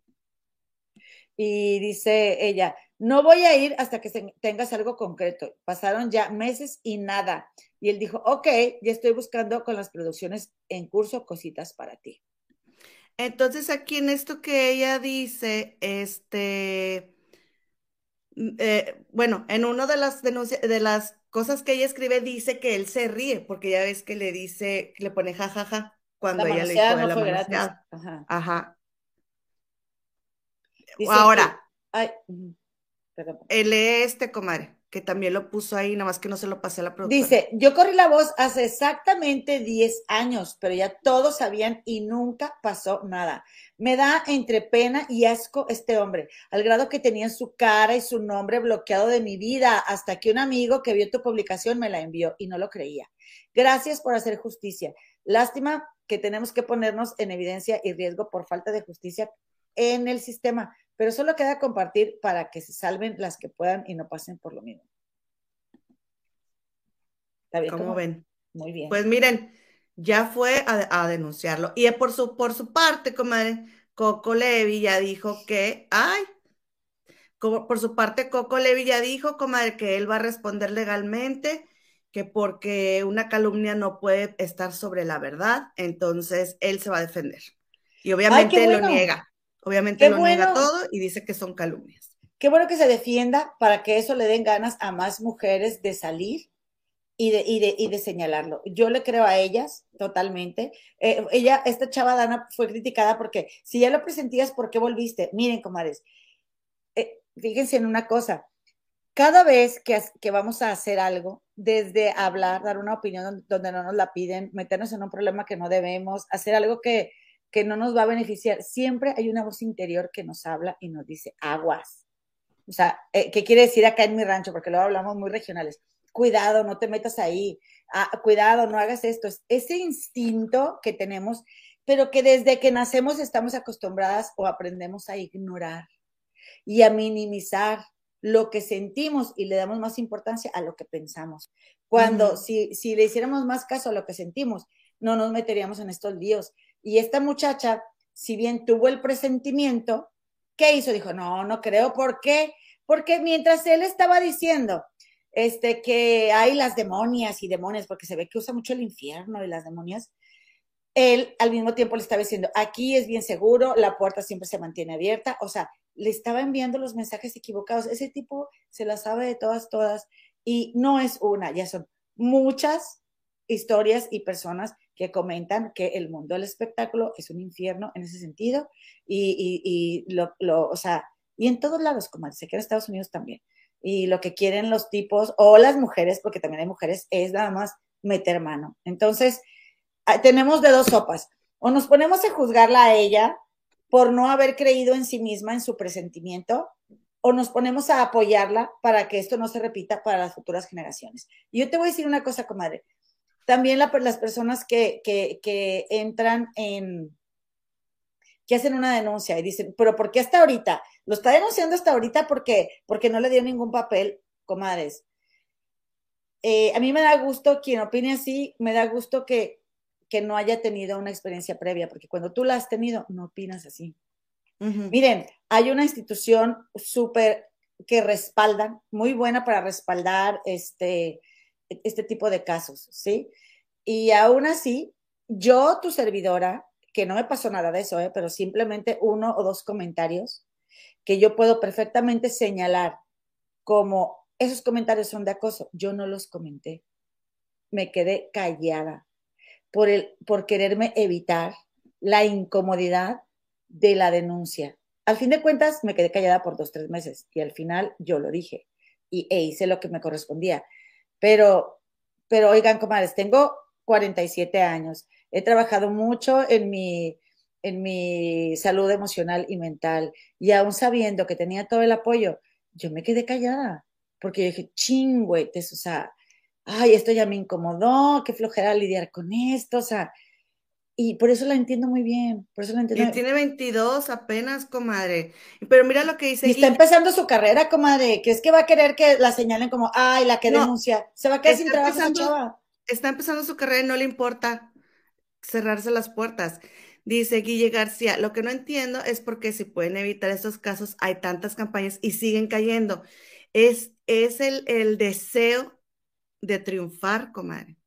Y dice ella, no voy a ir hasta que tengas algo concreto. Pasaron ya meses y nada. Y él dijo, ok, ya estoy buscando con las producciones en curso cositas para ti. Entonces aquí en esto que ella dice, este, eh, bueno, en una de las denuncias, de las cosas que ella escribe, dice que él se ríe, porque ya ves que le dice, que le pone jajaja ja, ja, cuando la ella le dijo no la fue manoseada. gratis. Ajá. Ajá. Dicen ahora, que, ay, perdón. Él lee este, comadre. que también lo puso ahí, nada más que no se lo pasé a la productora. Dice, yo corrí la voz hace exactamente diez años, pero ya todos sabían y nunca pasó nada. Me da entre pena y asco este hombre, al grado que tenía su cara y su nombre bloqueado de mi vida, hasta que un amigo que vio tu publicación me la envió y no lo creía. Gracias por hacer justicia. Lástima que tenemos que ponernos en evidencia y riesgo por falta de justicia en el sistema, pero solo queda compartir para que se salven las que puedan y no pasen por lo mismo. ¿Está bien? ¿Cómo ¿Cómo? ven? Muy bien. Pues miren, ya fue a, a denunciarlo. Y por su, por su parte, comadre, Coco Levi ya dijo que, ay, como, por su parte, Coco Levi ya dijo, comadre, que él va a responder legalmente, que porque una calumnia no puede estar sobre la verdad, entonces él se va a defender. Y obviamente Ay, qué bueno. lo niega. Obviamente Qué lo bueno. niega todo y dice que son calumnias. Qué bueno que se defienda para que eso le den ganas a más mujeres de salir y de, y de, y de señalarlo. Yo le creo a ellas totalmente. Eh, ella, esta chava Dana fue criticada porque si ya lo presentías, ¿por qué volviste? Miren, comadres, eh, fíjense en una cosa. Cada vez que, que vamos a hacer algo, desde hablar, dar una opinión donde, donde no nos la piden, meternos en un problema que no debemos, hacer algo que, que no nos va a beneficiar, siempre hay una voz interior que nos habla y nos dice, aguas. O sea, eh, ¿qué quiere decir acá en mi rancho? Porque luego hablamos muy regionales. Cuidado, no te metas ahí. Ah, cuidado, no hagas esto. Es ese instinto que tenemos, pero que desde que nacemos estamos acostumbradas o aprendemos a ignorar y a minimizar lo que sentimos y le damos más importancia a lo que pensamos. Cuando uh-huh. si, si le hiciéramos más caso a lo que sentimos, no nos meteríamos en estos líos. Y esta muchacha, si bien tuvo el presentimiento, ¿qué hizo? Dijo, no, no creo. ¿Por qué? Porque mientras él estaba diciendo este, que hay las demonias y demonios, porque se ve que usa mucho el infierno y las demonias, él al mismo tiempo le estaba diciendo, aquí es bien seguro, la puerta siempre se mantiene abierta. O sea, le estaba enviando los mensajes equivocados. Ese tipo se la sabe de todas, todas. Y no es una, ya son muchas historias y personas que comentan que el mundo del espectáculo es un infierno en ese sentido. Y, y, y lo, lo, o sea, y en todos lados, como se queda en Estados Unidos también. Y lo que quieren los tipos o las mujeres, porque también hay mujeres, es nada más meter mano. Entonces, tenemos de dos sopas. O nos ponemos a juzgarla a ella por no haber creído en sí misma, en su presentimiento, o nos ponemos a apoyarla para que esto no se repita para las futuras generaciones. Y yo te voy a decir una cosa, comadre. También la, las personas que, que, que entran en, que hacen una denuncia y dicen, pero ¿por qué hasta ahorita? Lo está denunciando hasta ahorita porque, porque no le dio ningún papel, comadres. Eh, a mí me da gusto, quien opine así, me da gusto que, que no haya tenido una experiencia previa, porque cuando tú la has tenido, no opinas así. Uh-huh. Miren, hay una institución súper que respaldan, muy buena para respaldar este, este tipo de casos, ¿sí? Y aún así, yo, tu servidora, que no me pasó nada de eso, ¿eh? Pero simplemente uno o dos comentarios que yo puedo perfectamente señalar como esos comentarios son de acoso. Yo no los comenté. Me quedé callada por, el, por quererme evitar la incomodidad de la denuncia. Al fin de cuentas, me quedé callada por dos, tres meses y al final yo lo dije y e hice lo que me correspondía. Pero, pero oigan, comadres, tengo cuarenta y siete años. He trabajado mucho en mi, en mi salud emocional y mental y aún sabiendo que tenía todo el apoyo, yo me quedé callada porque yo dije, chingüetes, o sea, ay, esto ya me incomodó, qué flojera lidiar con esto, o sea, y por eso la entiendo muy bien, por eso la entiendo. Y tiene veintidós apenas, comadre, pero mira lo que dice. Y está empezando su carrera, comadre, que es que va a querer que la señalen como, ay, la que no, denuncia, se va a quedar sin trabajo esa chava. Está empezando su carrera y no le importa cerrarse las puertas. Dice Guille García, lo que no entiendo es por qué si pueden evitar estos casos hay tantas campañas y siguen cayendo. Es, es el, el deseo de triunfar, comadre.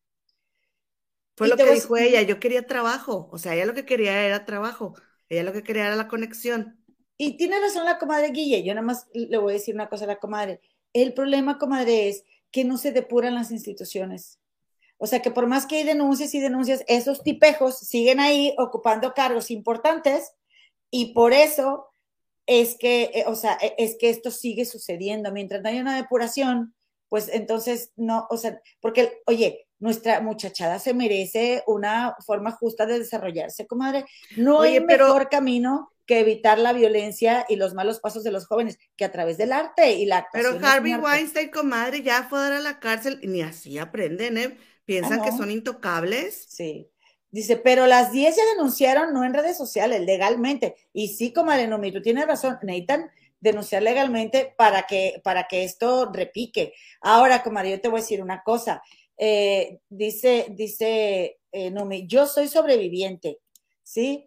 Fue lo que vas... dijo ella, yo quería trabajo, o sea, ella lo que quería era trabajo, ella lo que quería era la conexión. Y tiene razón la comadre Guille, yo nada más le voy a decir una cosa a la comadre. El problema, comadre, es que no se depuran las instituciones. O sea, que por más que hay denuncias y denuncias, esos tipejos siguen ahí ocupando cargos importantes y por eso es que, eh, o sea, e, es que esto sigue sucediendo. Mientras no haya una depuración, pues entonces no, o sea, porque, oye, nuestra muchachada se merece una forma justa de desarrollarse, comadre. No Oye, hay pero, mejor camino que evitar la violencia y los malos pasos de los jóvenes que a través del arte, y la pero actuación es un Harvey arte. Weinstein, comadre, ya fue a dar a la cárcel y ni así aprenden, ¿eh? Ah, Piensan que son no, intocables. sí. Dice, pero las diez ya denunciaron, no en redes sociales, legalmente. Y sí, comadre Nomi, tú tienes razón, necesitan denunciar legalmente para que, para que esto repique. Ahora, comadre, yo te voy a decir una cosa. Eh, dice, dice eh, Nomi, yo soy sobreviviente, ¿sí?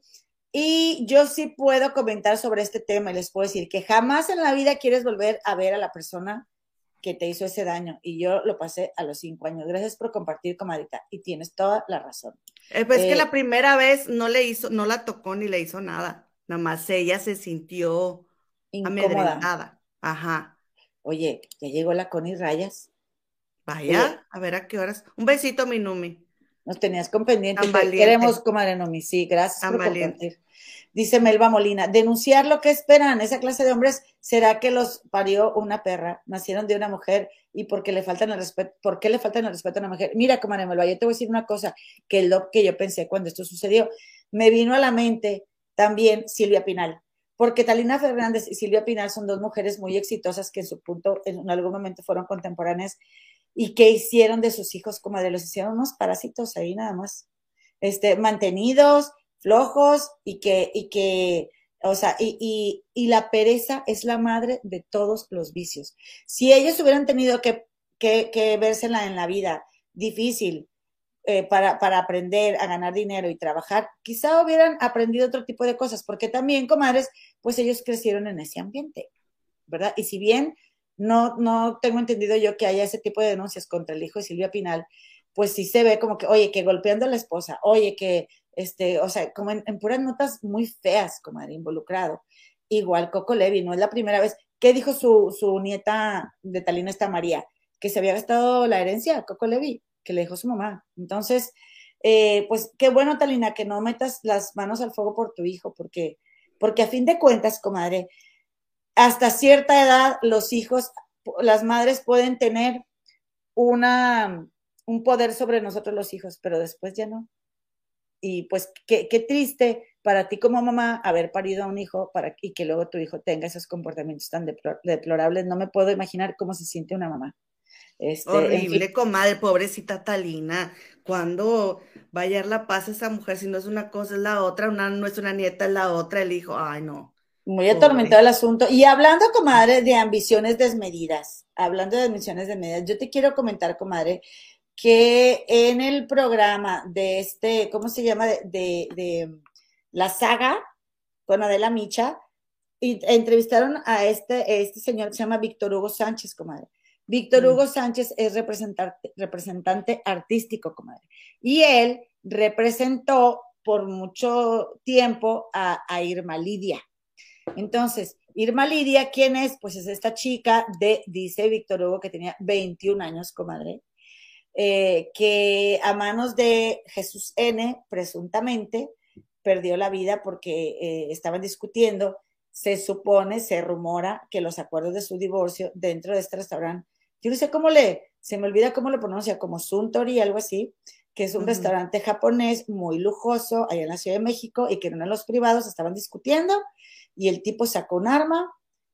Y yo sí puedo comentar sobre este tema y les puedo decir que jamás en la vida quieres volver a ver a la persona que te hizo ese daño. Y yo lo pasé a los cinco años. Gracias por compartir, comadita. Y tienes toda la razón. Eh, pues que Eh, la primera vez no le hizo, no la tocó ni le hizo nada. Nada más ella se sintió incómoda. amedrentada. Ajá. Oye, ya llegó la Connie Rayas. Oye, Vaya, a ver a qué horas. Un besito, mi Numi. nos tenías con pendiente. Tan Te queremos, valiente, comadre Nomi. Sí, gracias tan por valiente. compartir. Dice Melba Molina, denunciar lo que esperan esa clase de hombres será que los parió una perra, nacieron de una mujer y porque le faltan el respeto, ¿por qué le faltan el respeto a una mujer? Mira, comadre Melba, yo te voy a decir una cosa, que es lo que yo pensé cuando esto sucedió. Me vino a la mente también Silvia Pinal, porque Talina Fernández y Silvia Pinal son dos mujeres muy exitosas que en su punto, en algún momento fueron contemporáneas y que hicieron de sus hijos, comadre, los hicieron unos parásitos ahí nada más, este, mantenidos, flojos y que, y que, o sea, y, y, y la pereza es la madre de todos los vicios. Si ellos hubieran tenido que, que, que vérsela en la vida difícil eh, para, para aprender a ganar dinero y trabajar, quizá hubieran aprendido otro tipo de cosas, porque también, comadres, pues ellos crecieron en ese ambiente, ¿verdad? Y si bien no, no tengo entendido yo que haya ese tipo de denuncias contra el hijo de Silvia Pinal, pues sí se ve como que, oye, que golpeando a la esposa, oye, que, este, o sea, como en, en puras notas muy feas, comadre, involucrado. Igual Coco Levi, no es la primera vez. ¿Qué dijo su, su nieta de Talina, esta María? Que se había gastado la herencia, Coco Levi, que le dejó su mamá. Entonces, eh, pues qué bueno, Talina, que no metas las manos al fuego por tu hijo, porque, porque a fin de cuentas, comadre, hasta cierta edad los hijos, las madres pueden tener una, un poder sobre nosotros los hijos, pero después ya no. Y pues qué, qué triste para ti como mamá haber parido a un hijo para, y que luego tu hijo tenga esos comportamientos tan deplor, deplorables. No me puedo imaginar cómo se siente una mamá. Este, en Horrible, fin. comadre, pobrecita Talina. ¿Cuándo va a hallar la paz esa mujer? Si no es una cosa, es la otra. Una no es una nieta, es la otra, el hijo. Ay, no. Muy atormentado Pobre. el asunto. Y hablando, comadre, de ambiciones desmedidas, hablando de ambiciones desmedidas, yo te quiero comentar, comadre, que en el programa de este, ¿cómo se llama? De, de, de la saga con Adela Micha, y entrevistaron a este, este señor que se llama Víctor Hugo Sánchez, comadre. Víctor Hugo Mm. Sánchez es representante, representante artístico, comadre. Y él representó por mucho tiempo a, a Irma Lidia. Entonces, Irma Lidia, ¿quién es? Pues es esta chica de, dice Víctor Hugo, que tenía veintiún años, comadre, eh, que a manos de Jesús N, presuntamente, perdió la vida porque eh, estaban discutiendo, se supone, se rumora que los acuerdos de su divorcio dentro de este restaurante, yo no sé cómo le, se me olvida cómo lo pronuncia, como Suntory, algo así, que es un uh-huh. restaurante japonés muy lujoso allá en la Ciudad de México y que en uno de los privados estaban discutiendo y el tipo sacó un arma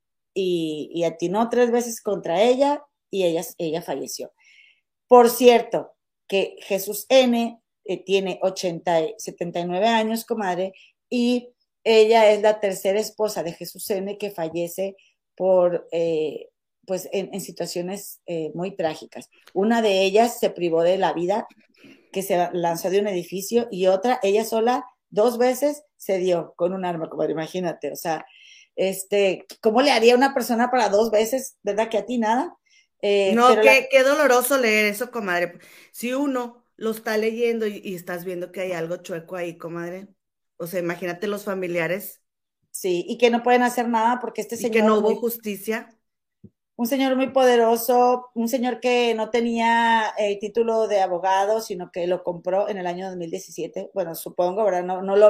y, y atinó tres veces contra ella y ella, ella falleció. Por cierto, que Jesús N eh, tiene ochenta, setenta y nueve años, comadre, y ella es la tercera esposa de Jesús N que fallece por, eh, pues, en, en situaciones eh, muy trágicas. Una de ellas se privó de la vida, que se lanzó de un edificio, y otra, ella sola, dos veces se dio con un arma, comadre, imagínate, o sea, este, ¿cómo le haría una persona para dos veces, verdad, que a ti nada? Eh, no, qué, la... qué doloroso leer eso, comadre. Si uno lo está leyendo y, y estás viendo que hay algo chueco ahí, comadre, o sea, imagínate los familiares. Sí, y que no pueden hacer nada porque este y señor... que no hubo muy, justicia. Un señor muy poderoso, un señor que no tenía eh, título de abogado, sino que lo compró en el año dos mil diecisiete. Bueno, supongo, ¿verdad? No, no lo veo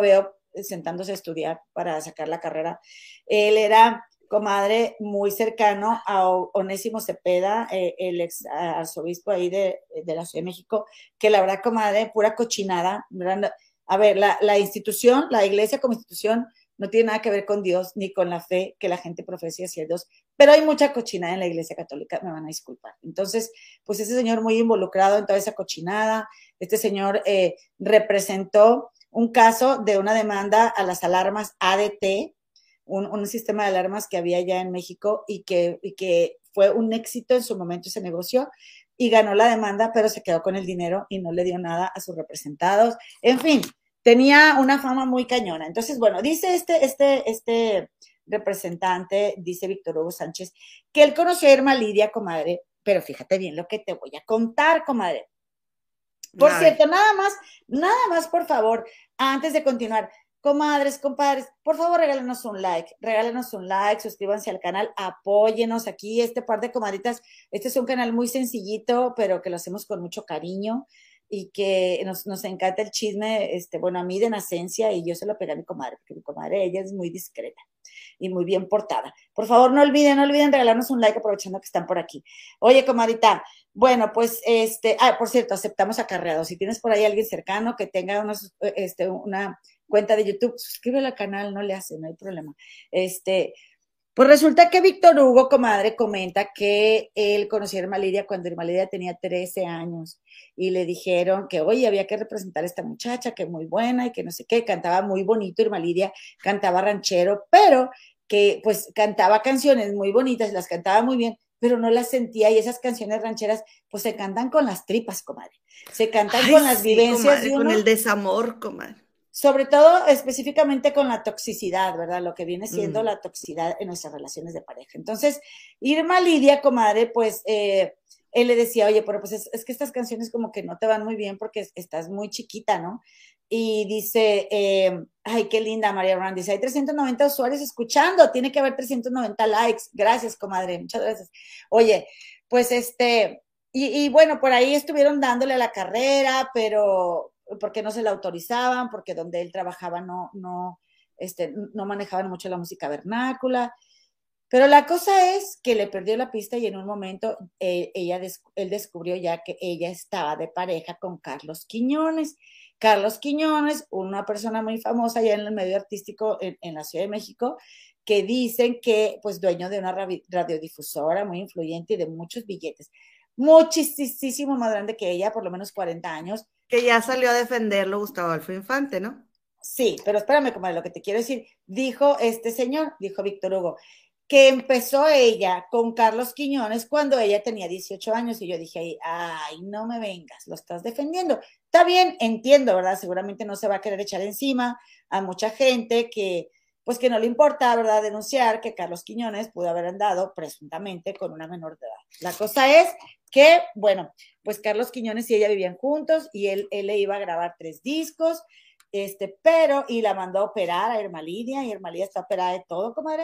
sentándose a estudiar para sacar la carrera. Él era, comadre, muy cercano a Onésimo Cepeda, eh, el ex arzobispo ahí de, de la Ciudad de México, que la verdad, comadre, pura cochinada. ¿Verdad? A ver, la, la institución, la iglesia como institución, no tiene nada que ver con Dios ni con la fe que la gente profesa hacia Dios, pero hay mucha cochinada en la iglesia católica, me van a disculpar. Entonces, pues ese señor muy involucrado en toda esa cochinada, este señor eh, representó un caso de una demanda a las alarmas A D T, un, un sistema de alarmas que había ya en México y que, y que fue un éxito en su momento ese negocio, y ganó la demanda, pero se quedó con el dinero y no le dio nada a sus representados. En fin, tenía una fama muy cañona. Entonces, bueno, dice este, este, este representante, dice Víctor Hugo Sánchez, que él conoció a Irma Lidia, comadre, pero fíjate bien lo que te voy a contar, comadre. Por Ay. cierto, nada más, nada más, por favor, antes de continuar, comadres, compadres, por favor, regálenos un like, regálenos un like, suscríbanse al canal, apóyenos aquí, este par de comadritas. Este es un canal muy sencillito, pero que lo hacemos con mucho cariño y que nos, nos encanta el chisme, este, bueno, a mí de nacencia, y yo se lo pegué a mi comadre, porque mi comadre, ella es muy discreta y muy bien portada. Por favor, no olviden, no olviden regalarnos un like aprovechando que están por aquí. Oye, comadrita, bueno, pues, este, ah, por cierto, aceptamos acarreados. Si tienes por ahí alguien cercano que tenga unos, este, una cuenta de YouTube, suscríbete al canal, no le hace, no hay problema. Este, pues resulta que Víctor Hugo, comadre, comenta que él conoció a Irma Lidia cuando Irma Lidia tenía trece años y le dijeron que, oye, había que representar a esta muchacha, que es muy buena y que no sé qué, cantaba muy bonito Irma Lidia, cantaba ranchero, pero que pues cantaba canciones muy bonitas, las cantaba muy bien, pero no las sentía, y esas canciones rancheras pues se cantan con las tripas, comadre, se cantan Ay, con las sí, vivencias comadre, de uno, con el desamor, comadre. Sobre todo, específicamente con la toxicidad, ¿verdad? Lo que viene siendo mm. la toxicidad en nuestras relaciones de pareja. Entonces, Irma Lidia, comadre, pues, eh, él le decía, oye, pero pues es, es que estas canciones como que no te van muy bien porque estás muy chiquita, ¿no? Y dice, eh, ay, qué linda María Rand, dice, hay trescientos noventa usuarios escuchando, tiene que haber trescientos noventa likes. Gracias, comadre, muchas gracias. Oye, pues este, y, y bueno, por ahí estuvieron dándole a la carrera, pero porque no se la autorizaban, porque donde él trabajaba no, no, este, no manejaban mucho la música vernácula. Pero la cosa es que le perdió la pista y en un momento eh, ella, él descubrió ya que ella estaba de pareja con Carlos Quiñones. Carlos Quiñones, una persona muy famosa allá en el medio artístico en, en la Ciudad de México, que dicen que, pues, dueño de una radiodifusora muy influyente y de muchos billetes. Muchísimo más grande que ella, por lo menos cuarenta años. Que ya salió a defenderlo Gustavo Adolfo Infante, ¿no? Sí, pero espérame, comadre, lo que te quiero decir, dijo este señor, dijo Víctor Hugo, que empezó ella con Carlos Quiñones cuando ella tenía dieciocho años, y yo dije, ay, no me vengas, lo estás defendiendo. Está bien, entiendo, ¿verdad? Seguramente no se va a querer echar encima a mucha gente que, pues que no le importa, ¿verdad?, denunciar que Carlos Quiñones pudo haber andado presuntamente con una menor de edad. La cosa es que, bueno, pues Carlos Quiñones y ella vivían juntos y él, él le iba a grabar tres discos, este, pero, y la mandó a operar a Irma Lidia, y Irma Lidia está operada de todo, comadre,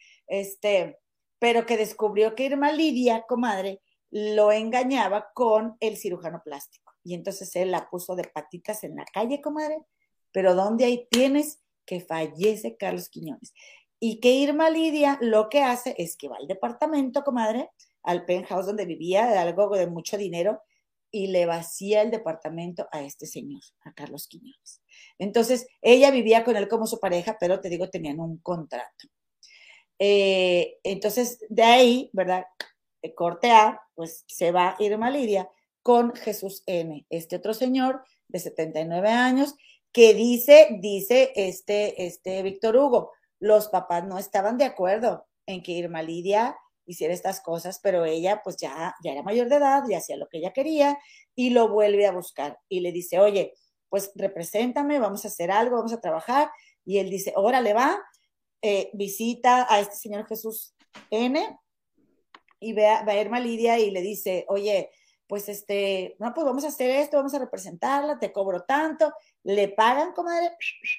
este, pero que descubrió que Irma Lidia, comadre, lo engañaba con el cirujano plástico, y entonces él la puso de patitas en la calle, comadre, pero ¿dónde ahí tienes que fallece Carlos Quiñones? Y que Irma Lidia lo que hace es que va al departamento, comadre, al penthouse donde vivía, de algo de mucho dinero, y le vacía el departamento a este señor, a Carlos Quiñones. Entonces, ella vivía con él como su pareja, pero te digo, tenían un contrato. Eh, entonces, de ahí, ¿verdad? Corte A, pues se va Irma Lidia con Jesús N., este otro señor de setenta y nueve años, que dice, dice este, este Víctor Hugo, los papás no estaban de acuerdo en que Irma Lidia hiciera estas cosas, pero ella pues ya, ya era mayor de edad, ya hacía lo que ella quería, y lo vuelve a buscar y le dice, oye, pues represéntame, vamos a hacer algo, vamos a trabajar, y él dice, órale, va, eh, visita a este señor Jesús N., y ve a, ve a Irma Lidia y le dice, oye, pues este, no, pues vamos a hacer esto, vamos a representarla, te cobro tanto, le pagan, comadre.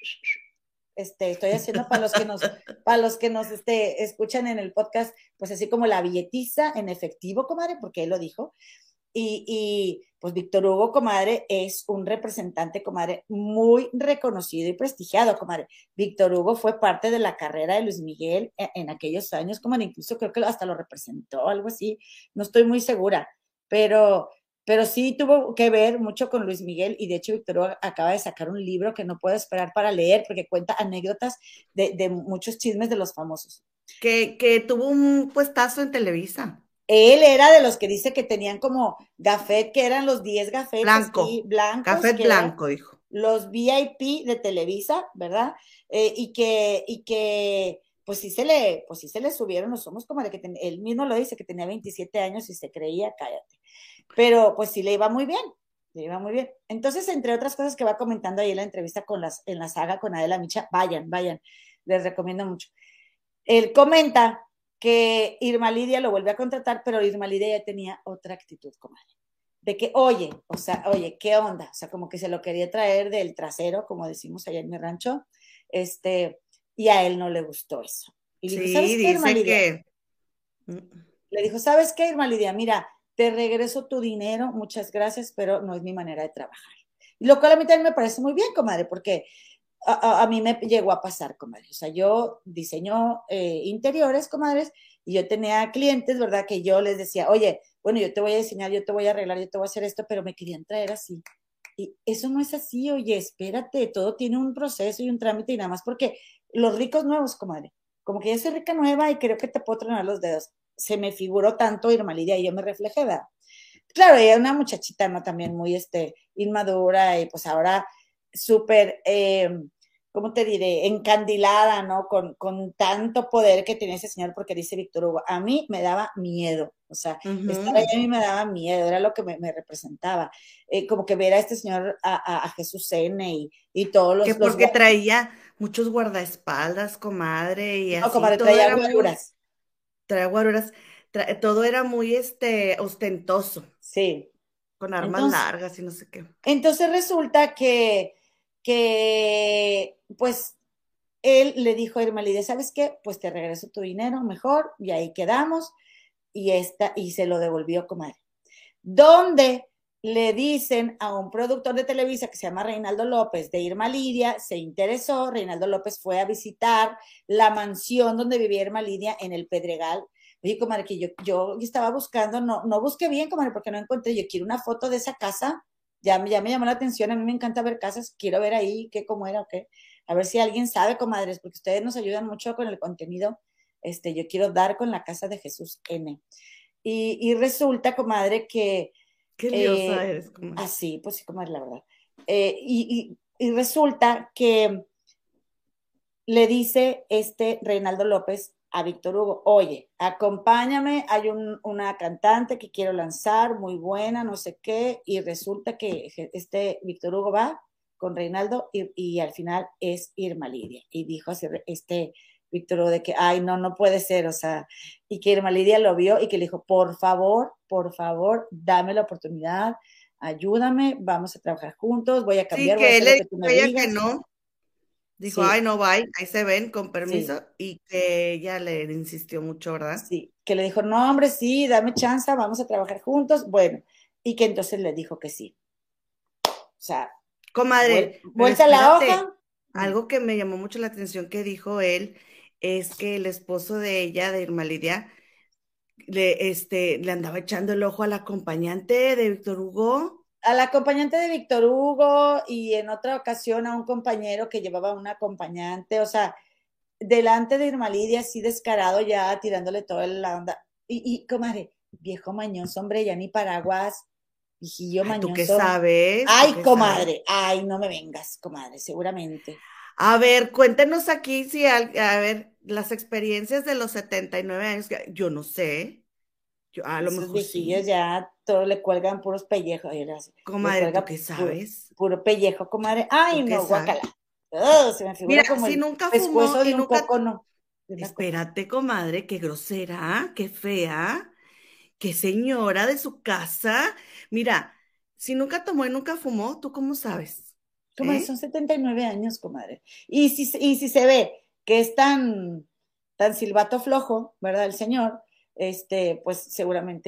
Este, estoy haciendo para los que nos, para los que nos este, escuchan en el podcast, pues así como la billetiza en efectivo, comadre, porque él lo dijo. Y, y pues Víctor Hugo, comadre, es un representante, comadre, muy reconocido y prestigiado, comadre. Víctor Hugo fue parte de la carrera de Luis Miguel en, en aquellos años, comadre, incluso creo que hasta lo representó, algo así, no estoy muy segura, pero, pero sí tuvo que ver mucho con Luis Miguel, y de hecho Víctor Hugo acaba de sacar un libro que no puedo esperar para leer, porque cuenta anécdotas de, de muchos chismes de los famosos. Que, que tuvo un puestazo en Televisa. Él era de los que dice que tenían como gafet, que eran los diez gafetes Blanco. así, blancos. Gafet que blanco, dijo. Los V I P de Televisa, ¿verdad? Eh, y que, y que pues sí se le, pues sí se le subieron los humos, como de que ten, él mismo lo dice, que tenía veintisiete años y se creía, cállate. Pero pues sí le iba muy bien, le iba muy bien. Entonces, entre otras cosas que va comentando ahí en la entrevista con las, en la saga con Adela Micha, vayan, vayan, les recomiendo mucho. Él comenta que Irma Lidia lo vuelve a contratar, pero Irma Lidia ya tenía otra actitud, comadre. De que, oye, o sea, oye, ¿qué onda? O sea, como que se lo quería traer del trasero, como decimos allá en mi rancho, este, y a él no le gustó eso. Y sí, dijo, ¿sabes qué, Irma Lidia? Que... Le dijo, ¿sabes qué, Irma Lidia? Mira, te regreso tu dinero, muchas gracias, pero no es mi manera de trabajar. Y lo cual a mí también me parece muy bien, comadre, porque A, a, a mí me llegó a pasar, comadre. O sea, yo diseño eh, interiores, comadres, y yo tenía clientes, ¿verdad? Que yo les decía, oye, bueno, yo te voy a diseñar, yo te voy a arreglar, yo te voy a hacer esto, pero me querían traer así. Y eso no es así, oye, espérate, todo tiene un proceso y un trámite, y nada más porque los ricos nuevos, comadre, como que yo soy rica nueva y creo que te puedo tronar los dedos. Se me figuró tanto Irma Lidia y yo me reflejé, ¿verdad? Claro, ella es una muchachita, ¿no? También muy este, inmadura, y pues ahora súper, eh, ¿cómo te diré? Encandilada, ¿no? Con, con tanto poder que tenía ese señor, porque dice Víctor Hugo, a mí me daba miedo, o sea, uh-huh. estar ahí a mí me daba miedo, era lo que me, me representaba, eh, como que ver a este señor, a, a, a Jesús N y, y todos los... Que porque los... traía muchos guardaespaldas, comadre, y no, así. Comadre, traía guaruras. Traía guaruras, tra... todo era muy, este, ostentoso. Sí. Con armas entonces, largas y no sé qué. Entonces resulta que, que, pues, él le dijo a Irma Lidia, ¿sabes qué? Pues te regreso tu dinero mejor, y ahí quedamos, y, esta, y se lo devolvió, comadre. Donde le dicen a un productor de Televisa que se llama Reinaldo López, de Irma Lidia, se interesó, Reinaldo López fue a visitar la mansión donde vivía Irma Lidia en el Pedregal. Oye, comadre, que yo, yo estaba buscando, no, no busqué bien, comadre, porque no encontré, yo quiero una foto de esa casa, ya, ya me llamó la atención, a mí me encanta ver casas, quiero ver ahí qué, cómo era o qué, a ver si alguien sabe, comadres, porque ustedes nos ayudan mucho con el contenido, este, yo quiero dar con la casa de Jesús N. Y, y resulta, comadre, que... Qué liosa eh, eres, comadre. Así, pues sí, comadre, la verdad. Eh, y, y, y resulta que le dice este Reinaldo López a Víctor Hugo, oye, acompáñame, hay un, una cantante que quiero lanzar, muy buena, no sé qué, y resulta que este Víctor Hugo va con Reinaldo y, y al final es Irma Lidia. Y dijo así, este Víctor Hugo de que, ay, no, no puede ser, o sea, y que Irma Lidia lo vio y que le dijo, por favor, por favor, dame la oportunidad, ayúdame, vamos a trabajar juntos, voy a cambiar, sí, que voy a hacer él lo que tú me digas. Que no. Dijo, sí. Ay, no, bye, ahí se ven, con permiso, sí. Y que ella le insistió mucho, ¿verdad? Sí, que le dijo, no, hombre, sí, dame chance, vamos a trabajar juntos, bueno, y que entonces le dijo que sí. O sea, comadre, vuel vuelta a la hoja. Algo que me llamó mucho la atención que dijo él es que el esposo de ella, de Irma Lidia, le, este, le andaba echando el ojo al acompañante de Víctor Hugo. Al acompañante de Víctor Hugo y en otra ocasión a un compañero que llevaba un acompañante, o sea, delante de Irma Lidia, así descarado ya, tirándole toda la onda. Y, y comadre, viejo mañoso, hombre, ya ni paraguas, viejillo mañoso. ¿Tú qué sabes? Ay, qué comadre, sabes? Ay, no me vengas, comadre, seguramente. A ver, cuéntenos aquí si, a, a ver, las experiencias de los setenta y nueve años, yo no sé. Yo, a lo Esos mejor viejillos sí. ya todos le cuelgan puros pellejos. Comadre, ¿tú qué sabes? Puro, puro pellejo, comadre. Ay, no, guacala. Oh, se me figura Mira, como si el nunca pescuezo fumó de y un nunca... coco, no. Espérate, comadre, qué grosera, qué fea, qué señora de su casa. Mira, si nunca tomó y nunca fumó, ¿tú cómo sabes? Comadre, ¿eh? Son setenta y nueve años, comadre. Y si, y si se ve que es tan, tan silbato flojo, ¿verdad? El señor, este, pues seguramente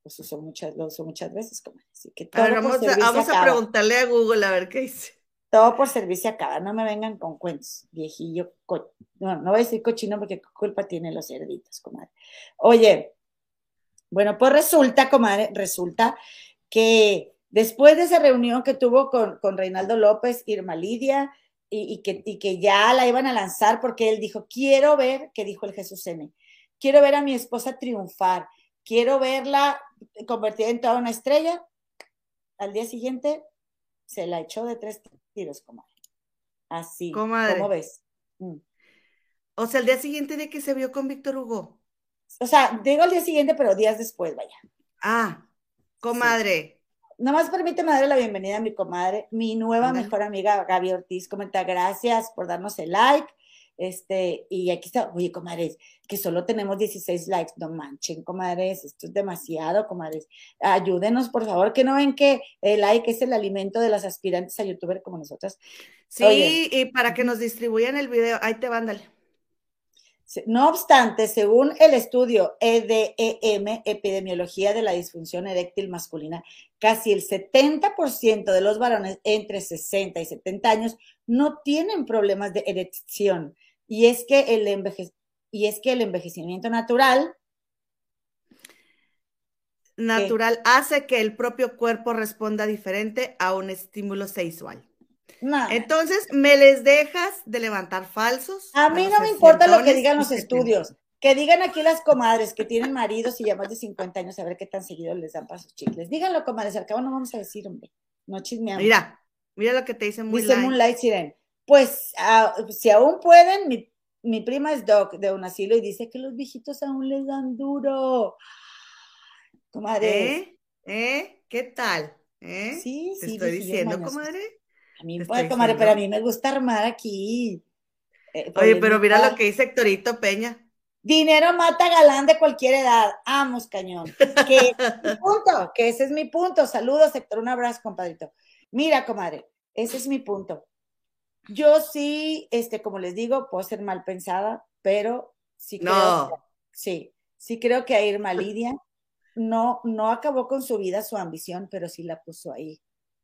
pues usó muchas, lo usó muchas veces, comadre. Así que A todo ver, por vamos, a, servicio vamos a acaba. preguntarle a Google a ver qué dice. Todo por servicio acaba. No me vengan con cuentos, viejillo. Co no, no voy a decir cochino porque qué culpa tienen los cerditos, comadre. Oye, bueno, pues resulta, comadre, resulta que después de esa reunión que tuvo con, con Reinaldo López, Irma Lidia, y, y, que, y que ya la iban a lanzar porque él dijo, quiero ver, que dijo el Jesús N, quiero ver a mi esposa triunfar, quiero verla convertida en toda una estrella. Al día siguiente se la echó de tres tiros, comadre. Así, Comadre. ¿cómo ves? Mm. O sea, el día siguiente de que se vio con Víctor Hugo. O sea, digo al día siguiente, pero días después, vaya. Ah, comadre. Sí. Nomás permíteme darle la bienvenida a mi comadre, mi nueva Ándale. mejor amiga Gaby Ortiz. Comenta, gracias por darnos el like. Este, y aquí está, oye, comadres, que solo tenemos dieciséis likes, no manchen, comadres, esto es demasiado, comadres. Ayúdenos, por favor, que no ven que el like es el alimento de las aspirantes a youtuber como nosotras. Sí, Oye, y para que nos distribuyan el video, ahí te van, dale. no obstante, según el estudio E D E M, Epidemiología de la Disfunción Eréctil Masculina, casi el setenta por ciento de los varones entre sesenta y setenta años no tienen problemas de erección. Y es que el, enveje y es que el envejecimiento natural... Natural ¿qué? Hace que el propio cuerpo responda diferente a un estímulo sexual. No. Entonces, ¿me les dejas de levantar falsos? A mí no me importa lo que digan los estudios. Que digan aquí las comadres que tienen maridos y ya más de cincuenta años, a ver qué tan seguido les dan para sus chicles. Díganlo, comadres, al cabo no vamos a decir, hombre. No chismeamos. Mira, mira lo que te dice Moonlight. Dice Moonlight Siren. Pues, uh, si aún pueden, mi, mi prima es doc de un asilo y dice que los viejitos aún les dan duro. Comadres. ¿Eh? ¿Eh? ¿Qué tal? ¿Eh? Sí, ¿Te sí. estoy diciendo, mañosos. Comadre? A mí, pues, comadre, pero a mí me gusta armar aquí. Eh, Oye, pero mira lo que dice Héctorito Peña. Dinero mata galán de cualquier edad. Amos, cañón. Que mi punto, que ese es mi punto. Saludos, Héctor. Un abrazo, compadrito. Mira, comadre, ese es mi punto. Yo sí, este, como les digo, puedo ser mal pensada, pero sí creo, no. que, sí, sí creo que a Irma Lidia no, no acabó con su vida, su ambición, pero sí la puso ahí.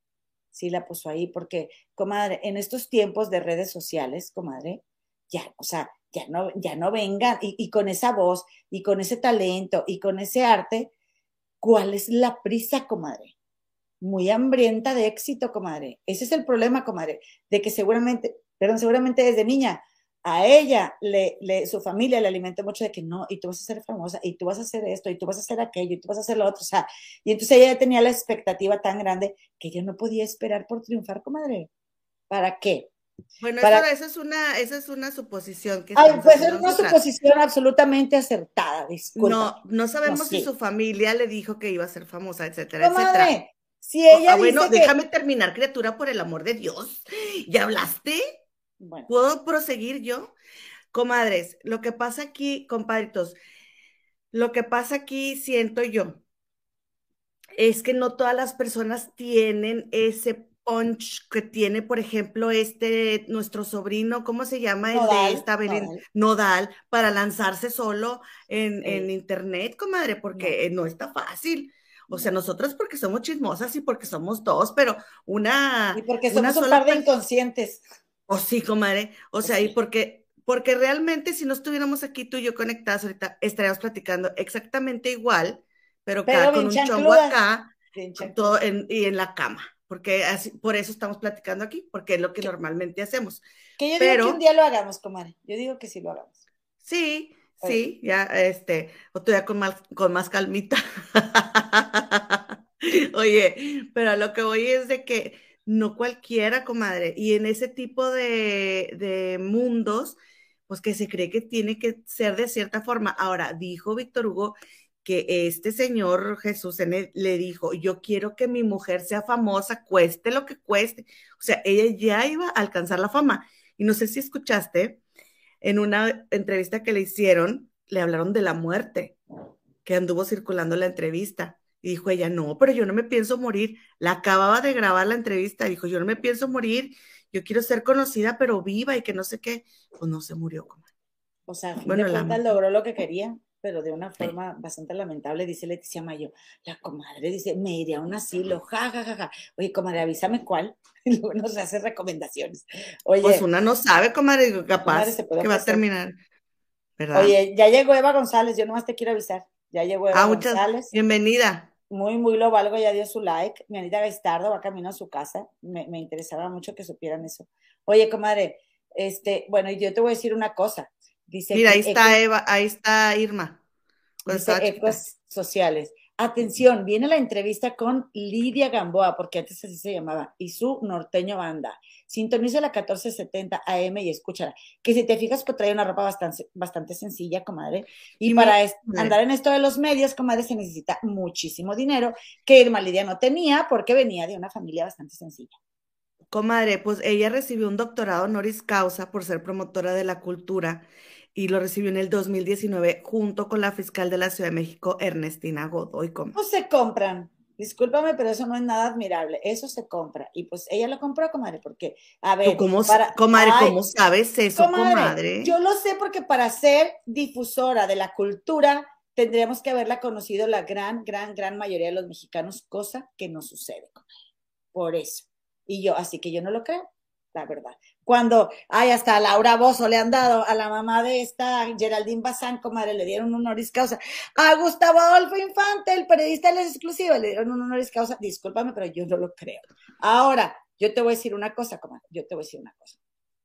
Sí la puso ahí, porque, comadre, en estos tiempos de redes sociales, comadre, ya, o sea, ya no, ya no vengan, y, y con esa voz, y con ese talento, y con ese arte, ¿cuál es la prisa, comadre? Muy hambrienta de éxito, comadre. Ese es el problema, comadre, de que seguramente, perdón, seguramente desde niña, a ella, le, le, su familia le alimentó mucho de que no, y tú vas a ser famosa, y tú vas a hacer esto, y tú vas a hacer aquello, y tú vas a hacer lo otro, o sea, y entonces ella tenía la expectativa tan grande que ella no podía esperar por triunfar, comadre. ¿Para qué? Bueno, Para... eso, eso, es una, eso es una suposición. Que Ay, pues es una suposición absolutamente acertada, disculpa. No, no sabemos no, sí. si su familia le dijo que iba a ser famosa, etcétera, comadre, etcétera. Si ella ah, bueno, dice déjame que... terminar, criatura, por el amor de Dios. ¿Ya hablaste? Bueno. ¿Puedo proseguir yo? Comadres, lo que pasa aquí, compadritos, lo que pasa aquí, siento yo, es que no todas las personas tienen ese punch que tiene, por ejemplo, este, nuestro sobrino, ¿cómo se llama? Nodal, el de esta Belén, Nodal. Nodal, para lanzarse solo en, Sí. en internet, comadre, porque no. no está fácil. O sea, nosotros porque somos chismosas y porque somos dos, pero una... Y porque una somos un sola par de inconscientes. O oh, sí, comadre. O sea, sí. y porque, porque realmente si no estuviéramos aquí tú y yo conectadas ahorita, estaríamos platicando exactamente igual, pero, pero cada con un chongo acá todo en, y en la cama. Porque así, por eso estamos platicando aquí, porque es lo que ¿Qué? normalmente hacemos. Que yo pero, digo que un día lo hagamos, comadre. Yo digo que sí lo hagamos. Sí, Oye. sí, ya, este, otro día con más, con más calmita. Oye, pero a lo que voy es de que no cualquiera, comadre, y en ese tipo de, de mundos, pues que se cree que tiene que ser de cierta forma. Ahora, dijo Víctor Hugo que este señor Jesús N le dijo, yo quiero que mi mujer sea famosa, cueste lo que cueste. O sea, ella ya iba a alcanzar la fama. Y no sé si escuchaste, en una entrevista que le hicieron, le hablaron de la muerte, que anduvo circulando la entrevista. Y dijo ella, no, pero yo no me pienso morir. La acababa de grabar la entrevista. Dijo, yo no me pienso morir. Yo quiero ser conocida, pero viva y que no sé qué. Pues no se murió, comadre. O sea, a fin bueno, de cuentas logró lo que quería. pero de una forma sí. bastante lamentable, dice Leticia Mayo. La comadre dice, me iré a un asilo, ja, ja, ja, ja. Oye, comadre, avísame cuál. Y luego nos hace recomendaciones. Oye, pues una no sabe, comadre, capaz comadre se puede que ofrecer. Va a terminar, ¿verdad? Oye, ya llegó Eva González, yo nomás te quiero avisar. Ya llegó Eva ah, González. Muchas, bienvenida. Muy, muy lo valgo, ya dio su like. Mi Anita Gaistardo va camino a su casa. Me, me interesaba mucho que supieran eso. Oye, comadre, este, bueno, yo te voy a decir una cosa. Dice Mira, que ahí está ecos, Eva, ahí está Irma. Dice Ecos Sociales. Atención, viene la entrevista con Lidia Gamboa, porque antes así se llamaba, y su norteño banda. Sintoniza la catorce setenta A M y escúchala. Que si te fijas, pues trae una ropa bastante, bastante sencilla, comadre. Y, y para es, andar en esto de los medios, comadre, se necesita muchísimo dinero, que Irma Lidia no tenía, porque venía de una familia bastante sencilla. Comadre, pues ella recibió un doctorado honoris causa por ser promotora de la cultura y lo recibió en el dos mil diecinueve junto con la fiscal de la Ciudad de México, Ernestina Godoy. No se compran, discúlpame, pero eso no es nada admirable, eso se compra. Y pues ella lo compró, comadre, porque, a ver... ¿Tú cómo, para, comadre, ay, ¿cómo sabes eso, comadre, comadre? Yo lo sé porque para ser difusora de la cultura tendríamos que haberla conocido la gran, gran, gran mayoría de los mexicanos, cosa que no sucede, comadre. Por eso. Y yo, así que yo no lo creo, la verdad. Cuando, ay, hasta a Laura Bozzo le han dado, a la mamá de esta Geraldine Bazán, comadre, le dieron un honoris causa. A Gustavo Adolfo Infante, el periodista de las exclusivas, le dieron un honoris causa. Discúlpame, pero yo no lo creo. Ahora, yo te voy a decir una cosa, comadre, yo te voy a decir una cosa.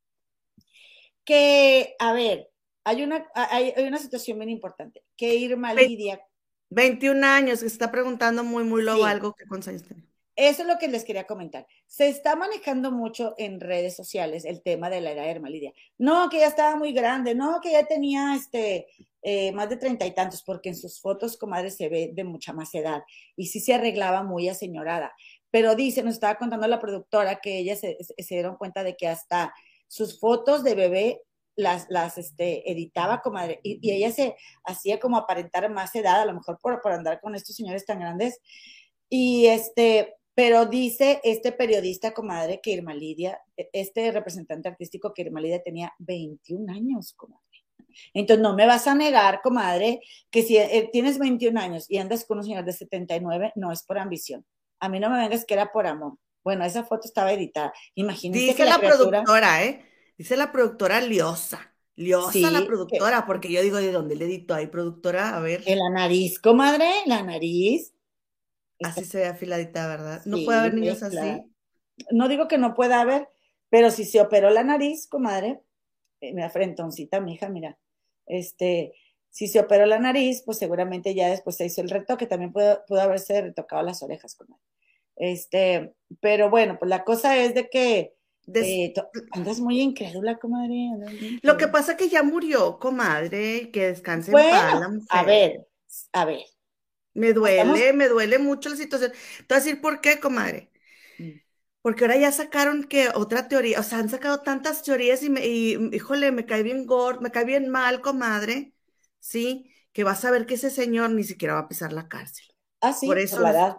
Que, a ver, hay una, hay, hay una situación bien importante, que Irma Lidia... veintiún años, que se está preguntando muy, muy lobo sí. algo que cuántos años tiene. Eso es lo que les quería comentar. Se está manejando mucho en redes sociales el tema de la edad de Irma Lidia. No, que ya estaba muy grande, no, que ya tenía este, eh, más de treinta y tantos, porque en sus fotos, comadre, se ve de mucha más edad. Y sí se arreglaba muy aseñorada. Pero dice, nos estaba contando la productora que ella se, se dieron cuenta de que hasta sus fotos de bebé las, las este, editaba, comadre. Y, y ella se hacía como aparentar más edad, a lo mejor por, por andar con estos señores tan grandes. Y este... Pero dice este periodista, comadre, que Irma Lidia, este representante artístico, que Irma Lidia tenía veintiún años, comadre. Entonces, no me vas a negar, comadre, que si tienes veintiún años y andas con un señor de setenta y nueve, no es por ambición. A mí no me vengas que era por amor. Bueno, esa foto estaba editada. Imagínate Dice que la, la criatura... productora, ¿eh? Dice la productora Liosa. Liosa sí, la productora, que... porque yo digo, ¿de dónde le editó ahí, productora? A ver. En la nariz, comadre, la nariz. Así se ve afiladita, ¿verdad? No sí, puede haber niños así. Claro. No digo que no pueda haber, pero si se operó la nariz, comadre, eh, mira, frentoncita, mija, mira, este, si se operó la nariz, pues seguramente ya después se hizo el retoque, también pudo, pudo haberse retocado las orejas, comadre. Este, pero bueno, pues la cosa es de que de... eh, andas muy incrédula, comadre. Muy incrédula. Lo que pasa es que ya murió, comadre, que descanse bueno, en paz la mujer. A ver, a ver. Me duele, ¿Estamos? me duele mucho la situación. Te voy a decir por qué, comadre. Porque ahora ya sacaron que otra teoría, o sea, han sacado tantas teorías y, me, y híjole, me cae bien gordo, me cae bien mal, comadre, ¿sí? Que vas a ver que ese señor ni siquiera va a pisar la cárcel. Ah, sí, por, eso, por la edad.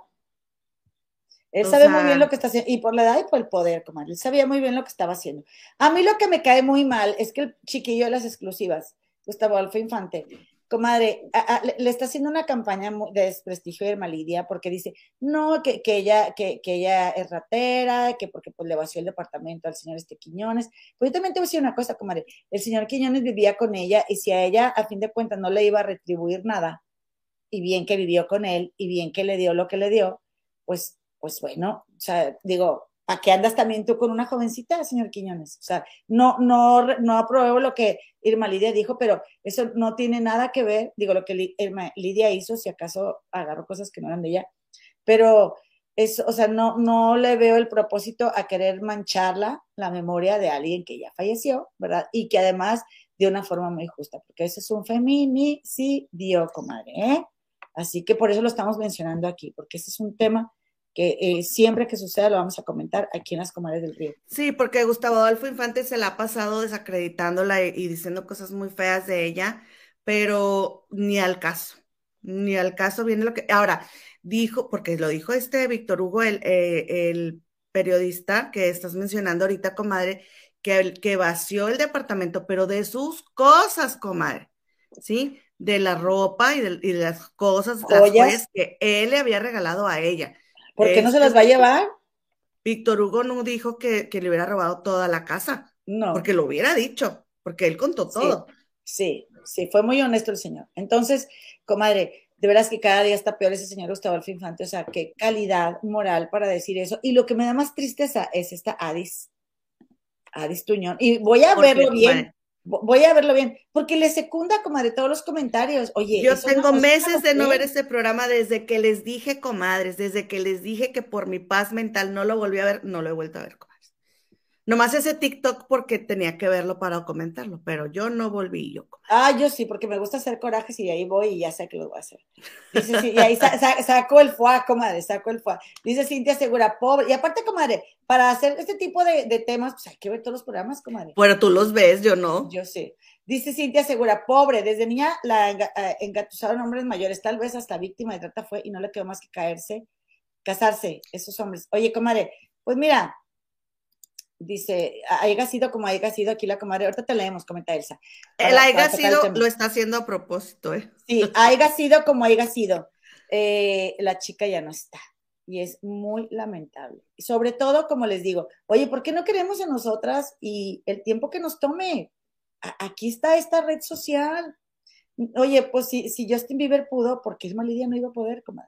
Él sabe sea... muy bien lo que está haciendo, y por la edad y por el poder, comadre. Él sabía muy bien lo que estaba haciendo. A mí lo que me cae muy mal es que el chiquillo de las exclusivas, Gustavo Adolfo Infante, comadre, a, a, le, le está haciendo una campaña de desprestigio de Irma Lidia porque dice, no, que, que, ella, que, que ella es ratera, que porque pues, le vació el departamento al señor este Quiñones. Pues yo también te voy a decir una cosa, comadre, el señor Quiñones vivía con ella y si a ella a fin de cuentas no le iba a retribuir nada, y bien que vivió con él, y bien que le dio lo que le dio, pues, pues bueno, o sea, digo, ¿a qué andas también tú con una jovencita, señor Quiñones? O sea, no, no, no apruebo lo que Irma Lidia dijo, pero eso no tiene nada que ver, digo, lo que Irma Lidia hizo, si acaso agarró cosas que no eran de ella, pero eso, o sea, no, no le veo el propósito a querer mancharla, la memoria de alguien que ya falleció, ¿verdad? Y que además de una forma muy justa, porque ese es un feminicidio, comadre, ¿eh? Así que por eso lo estamos mencionando aquí, porque ese es un tema que eh, siempre que suceda lo vamos a comentar aquí en las Comadres del Río. Sí, porque Gustavo Adolfo Infante se la ha pasado desacreditándola y, y diciendo cosas muy feas de ella, pero ni al caso, ni al caso viene lo que... Ahora, dijo, porque lo dijo este Víctor Hugo, el, eh, el periodista que estás mencionando ahorita, comadre, que, que vació el departamento, pero de sus cosas, comadre. ¿sí? De la ropa y de, y de las cosas, las Joyas, joyas que él le había regalado a ella. ¿por qué no se Este las va a llevar? Víctor Hugo no dijo que, que le hubiera robado toda la casa, No, porque lo hubiera dicho, porque él contó sí, todo. sí, sí, fue muy honesto el señor. Entonces, comadre, de veras que cada día está peor ese señor Gustavo Adolfo Infante, o sea, qué calidad moral para decir eso. Y lo que me da más tristeza es esta Adis, Adis Tuñón. Y voy a Porque, verlo bien, comadre, voy a verlo bien, porque le secunda, comadre, todos los comentarios. Oye, yo eso no, tengo eso no meses lo de no ver creen. este programa desde que les dije, comadres, desde que les dije que por mi paz mental no lo volví a ver, no lo he vuelto a ver, comadres. Nomás ese TikTok porque tenía que verlo para comentarlo, pero yo no volví yo, comadre. Ah, yo sí, porque me gusta hacer corajes y ahí voy y ya sé que lo voy a hacer. Dice, sí, y ahí sa sa saco el foie, comadre, saco el foie. Dice Cintia Segura, pobre. Y aparte, comadre, para hacer este tipo de, de temas, pues hay que ver todos los programas, comadre. Pero tú los ves, yo no. Yo sé. Dice Cintia Segura, pobre, desde niña la enga eh, engatusaron hombres mayores, tal vez hasta víctima de trata fue y no le quedó más que caerse, casarse, esos hombres. Oye, comadre, pues mira, dice, haya sido como haya sido aquí la comadre, ahorita te leemos, comenta Elsa, El para, haya para tocar el sido tema. lo está haciendo a propósito, ¿eh? Sí, haya sido como haya sido. Eh, la chica ya no está. Y es muy lamentable. Y sobre todo, como les digo, oye, ¿por qué no queremos a nosotras y el tiempo que nos tome? A aquí está esta red social. Oye, pues si, si Justin Bieber pudo, ¿por qué Isma Lidia no iba a poder, comadre?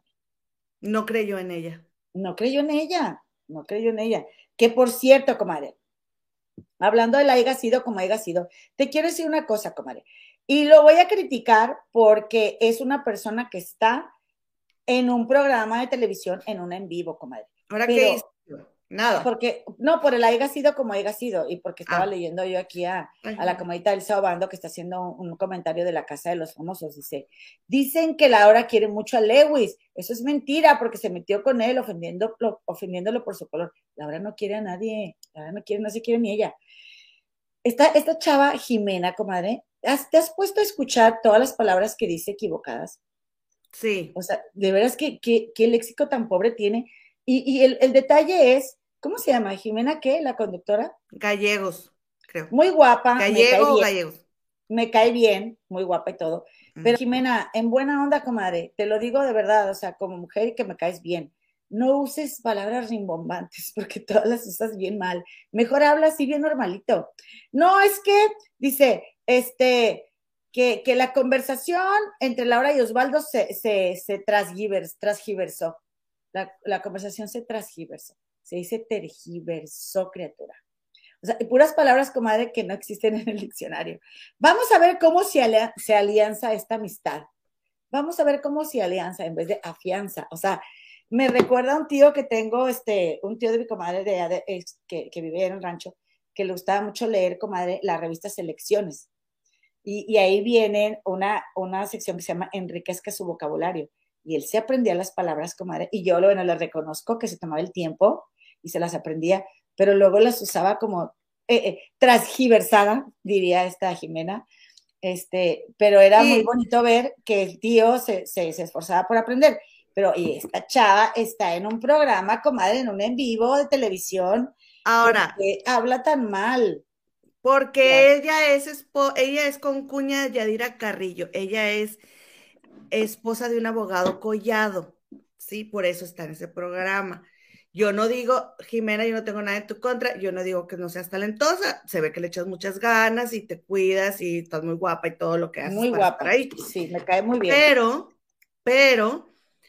No creyó en ella. No creyó en ella, no creyó en ella. Que por cierto, comadre, hablando del haya sido como haya sido, te quiero decir una cosa, comadre. Y lo voy a criticar porque es una persona que está en un programa de televisión, en un en vivo, comadre. ¿Ahora Pero, qué hizo? Nada. porque, no, por el haya sido como haya sido, y porque estaba Ah. leyendo yo aquí a, a la comadita Elsa Obando, que está haciendo un, un comentario de la Casa de los Famosos, dice, dicen que Laura quiere mucho a Lewis, eso es mentira, porque se metió con él, ofendiéndolo, ofendiéndolo por su color. Laura no quiere a nadie, Laura no quiere, no se quiere ni ella. Esta, esta chava Jimena, comadre, ¿has, ¿te has puesto a escuchar todas las palabras que dice equivocadas? Sí. O sea, de veras que, que, que léxico tan pobre tiene. Y, y el, el, detalle es, ¿cómo se llama? ¿Jimena qué? ¿La conductora? Gallegos, creo. Muy guapa. Gallego me cae o bien, gallegos. Me cae bien, muy guapa y todo. Pero Jimena, en buena onda, comadre, te lo digo de verdad, o sea, como mujer y que me caes bien. No uses palabras rimbombantes porque todas las usas bien mal. Mejor habla así bien normalito. No, es que, dice, este, que, que la conversación entre Laura y Osvaldo se, se, se transgivers, transgiversó. La, la conversación se transgiversó. Se dice tergiversó, criatura. O sea, puras palabras, comadre, que no existen en el diccionario. Vamos a ver cómo se, alia se alianza esta amistad. Vamos a ver cómo se alianza en vez de afianza. O sea, me recuerda a un tío que tengo, este, un tío de mi comadre de, de, de, que, que vivía en el rancho, que le gustaba mucho leer, comadre, la revista Selecciones. Y, y ahí viene una, una sección que se llama Enriquezca su vocabulario. Y él se aprendía las palabras, comadre, y yo, bueno, le reconozco que se tomaba el tiempo y se las aprendía, pero luego las usaba como eh, eh, transgiversada, diría esta Jimena, este, pero era sí. muy bonito ver que el tío se, se, se esforzaba por aprender. Pero y esta chava está en un programa, comadre, en un en vivo de televisión. Ahora. Que habla tan mal. Porque claro. ella es espo ella es concuña de Yadira Carrillo. Ella es esposa de un abogado Collado. Sí, por eso está en ese programa. Yo no digo, Jimena, yo no tengo nada en tu contra. Yo no digo que no seas talentosa. Se ve que le echas muchas ganas y te cuidas y estás muy guapa y todo lo que haces. Muy para guapa. Estar ahí. Sí, me cae muy bien. Pero, pero,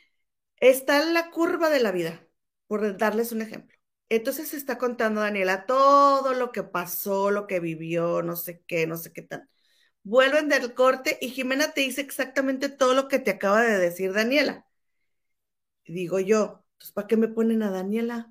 está en la curva de la vida, por darles un ejemplo. Entonces se está contando Daniela todo lo que pasó, lo que vivió, no sé qué, no sé qué tal. Vuelven del corte y Jimena te dice exactamente todo lo que te acaba de decir Daniela. Y digo yo, entonces, ¿para qué me ponen a Daniela?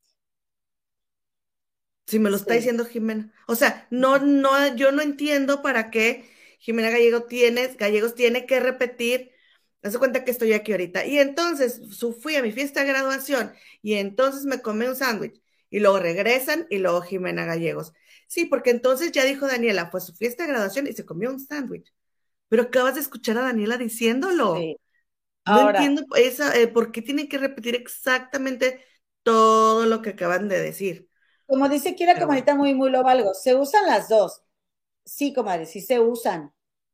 Si me lo sí. está diciendo Jimena. O sea, no, no, yo no entiendo para qué Jimena Gallego tienes, Gallegos tiene que repetir. Haz cuenta que estoy aquí ahorita. Y entonces fui a mi fiesta de graduación y entonces me comí un sándwich. Y luego regresan y luego Jimena Gallegos. Sí, porque entonces ya dijo Daniela, fue su fiesta de graduación y se comió un sándwich. Pero acabas de escuchar a Daniela diciéndolo. Sí. No Ahora, entiendo esa, eh, por qué tienen que repetir exactamente todo lo que acaban de decir. Como dice Kira, comadita, muy, muy lo valgo. Se usan las dos. Sí, comadre, sí se usan.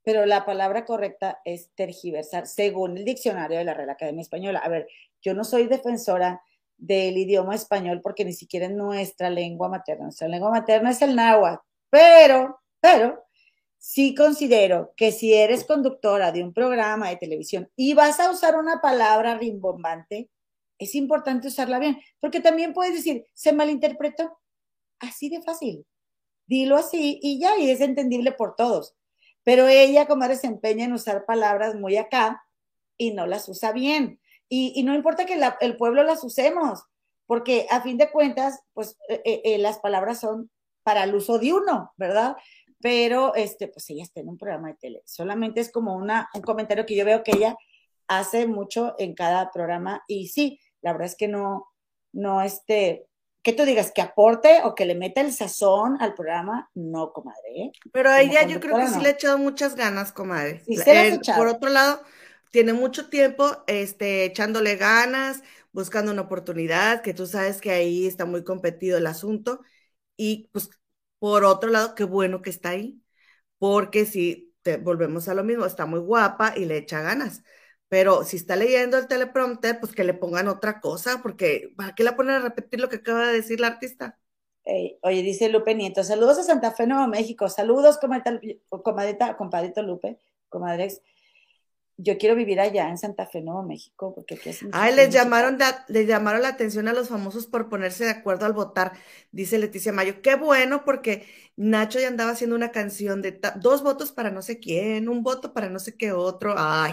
pero la palabra correcta es tergiversar, según el diccionario de la Real Academia Española. A ver, yo no soy defensora del idioma español porque ni siquiera es nuestra lengua materna. Nuestra lengua materna es el náhuatl, pero, pero, sí considero que si eres conductora de un programa de televisión y vas a usar una palabra rimbombante, es importante usarla bien, porque también puedes decir, se malinterpretó, así de fácil. Dilo así y ya, y es entendible por todos. Pero ella, comadre, se empeña en usar palabras muy acá y no las usa bien. Y, y no importa que la, el pueblo las usemos, porque a fin de cuentas, pues eh, eh, las palabras son para el uso de uno, ¿verdad? Pero, este, pues ella está en un programa de tele. Solamente es como una, un comentario que yo veo que ella hace mucho en cada programa. Y sí, la verdad es que no, no, este, que tú digas que aporte o que le meta el sazón al programa, no, comadre. ¿eh? Pero Como ella yo creo que conductora, sí no. le ha echado muchas ganas, comadre. Sí, se las he Eh, echado. por otro lado, tiene mucho tiempo este, echándole ganas, buscando una oportunidad, que tú sabes que ahí está muy competido el asunto. Y pues, por otro lado, qué bueno que está ahí, porque si te, volvemos a lo mismo, está muy guapa y le echa ganas. Pero si está leyendo el teleprompter, pues que le pongan otra cosa, porque ¿para qué la ponen a repetir lo que acaba de decir la artista? Eh, oye, dice Lupe Nieto, saludos a Santa Fe, Nuevo México, saludos, comadita, comadita, compadrito Lupe, comadres. Yo quiero vivir allá en Santa Fe, Nuevo México, porque aquí es mucho Ay, frío, les mucho llamaron, calor. la, les llamaron la atención a los famosos por ponerse de acuerdo al votar, dice Leticia Mayo. Qué bueno, porque Nacho ya andaba haciendo una canción de ta- dos votos para no sé quién, un voto para no sé qué otro. Ay,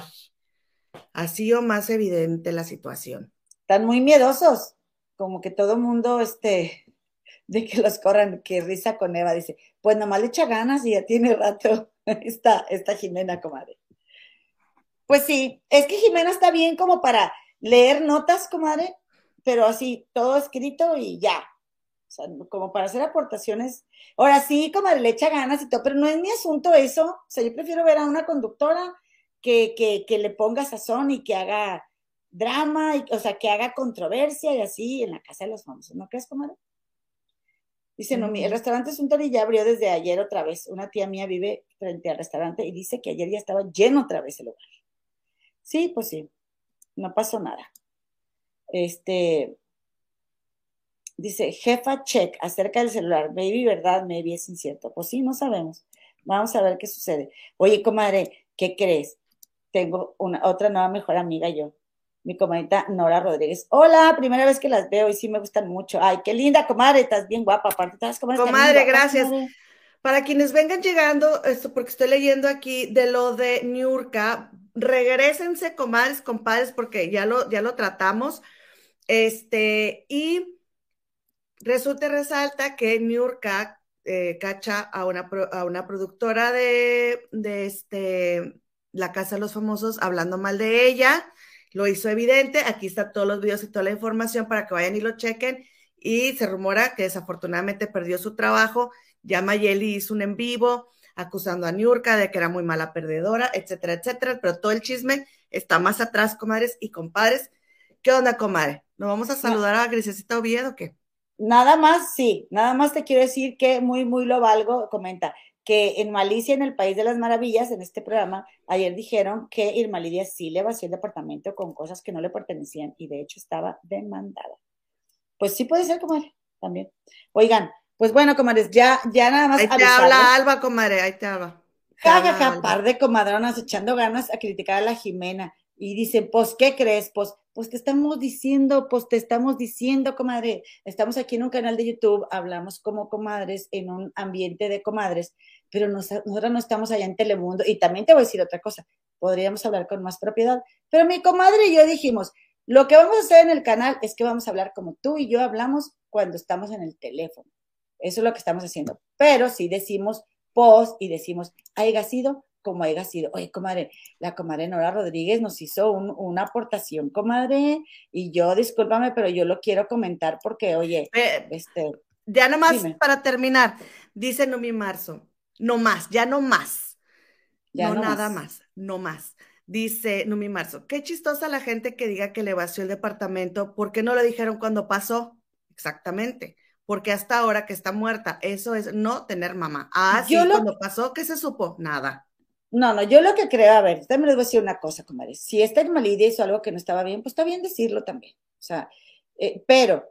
así o más evidente la situación. Están muy miedosos, como que todo mundo, este, de que los corran, que risa con Eva, dice, pues nomás le echa ganas y ya tiene rato esta, esta Jimena, comadre. Pues sí, es que Jimena está bien como para leer notas, comadre, pero así, todo escrito y ya. O sea, como para hacer aportaciones. Ahora sí, comadre, le echa ganas y todo, pero no es mi asunto eso. O sea, yo prefiero ver a una conductora que, que, que le ponga sazón y que haga drama, y, o sea, que haga controversia y así en la casa de los famosos. ¿No crees, comadre? Dice, no, mi- el Ujú. restaurante Suntory ya abrió desde ayer otra vez. Una tía mía vive frente al restaurante y dice que ayer ya estaba lleno otra vez el lugar. Sí, pues sí, no pasó nada. Este, dice, jefa check acerca del celular. Maybe, ¿verdad? Maybe es incierto. Pues sí, no sabemos. Vamos a ver qué sucede. Oye, comadre, ¿qué crees? Tengo una, otra nueva mejor amiga yo. Mi comadita Nora Rodríguez. Hola, primera vez que las veo y sí me gustan mucho. Ay, qué linda, comadre, estás bien guapa. Aparte, todas las comadres están bien Comadre, guapas, gracias. comadre. Para quienes vengan llegando, esto porque estoy leyendo aquí de lo de Niurka, regrésense, comadres, compadres, porque ya lo, ya lo tratamos. Este, y resulta y resalta que Niurka eh, cacha a una, pro- a una productora de, de este, La Casa de los Famosos hablando mal de ella. Lo hizo evidente. Aquí están todos los videos y toda la información para que vayan y lo chequen. Y se rumora que desafortunadamente perdió su trabajo. Ya Mayeli hizo un en vivo acusando a Niurka de que era muy mala perdedora, etcétera, etcétera. Pero todo el chisme está más atrás, comadres y compadres. ¿Qué onda, comadre? ¿Nos vamos a No, saludar a Grisecita Oviedo o qué? nada más, sí, nada más te quiero decir que muy, muy lo valgo, comenta, que en Malicia, en el País de las Maravillas, en este programa, ayer dijeron que Irma Lidia sí le vació el departamento con cosas que no le pertenecían y de hecho estaba demandada. Pues sí puede ser, comadre, también. Oigan, pues bueno, comadres, ya, ya nada más Ahí te habla avisarles. Alba, comadre, ahí te habla. Te Ja, ja, habla ja, Alba. par de comadronas echando ganas a criticar a la Jimena. Y dicen, pues, ¿qué crees? Pues, pues te estamos diciendo, pues te estamos diciendo, comadre. Estamos aquí en un canal de YouTube, hablamos como comadres, en un ambiente de comadres, pero nos, nosotros no estamos allá en Telemundo. Y también te voy a decir otra cosa, podríamos hablar con más propiedad. Pero mi comadre y yo dijimos, lo que vamos a hacer en el canal es que vamos a hablar como tú y yo hablamos cuando estamos en el teléfono. Eso es lo que estamos haciendo. Pero sí decimos post y decimos, haya sido como haya sido. Oye, comadre, la comadre Nora Rodríguez nos hizo un, una aportación, comadre, y yo, discúlpame, pero yo lo quiero comentar porque, oye, Eh, este, ya nomás dime, para terminar, dice Numi Marzo, no más, ya no más, ya no no nada más. más, no más. Dice Numi Marzo, qué chistosa la gente que diga que le vació el departamento, ¿por qué no lo dijeron cuando pasó? Exactamente, porque hasta ahora que está muerta, eso es no tener mamá. Ah, Yo sí, lo, cuando pasó, ¿qué se supo? Nada. No, no, yo lo que creo, a ver, también les voy a decir una cosa, comadre. Si esta Irma Lidia hizo algo que no estaba bien, pues está bien decirlo también. O sea, eh, pero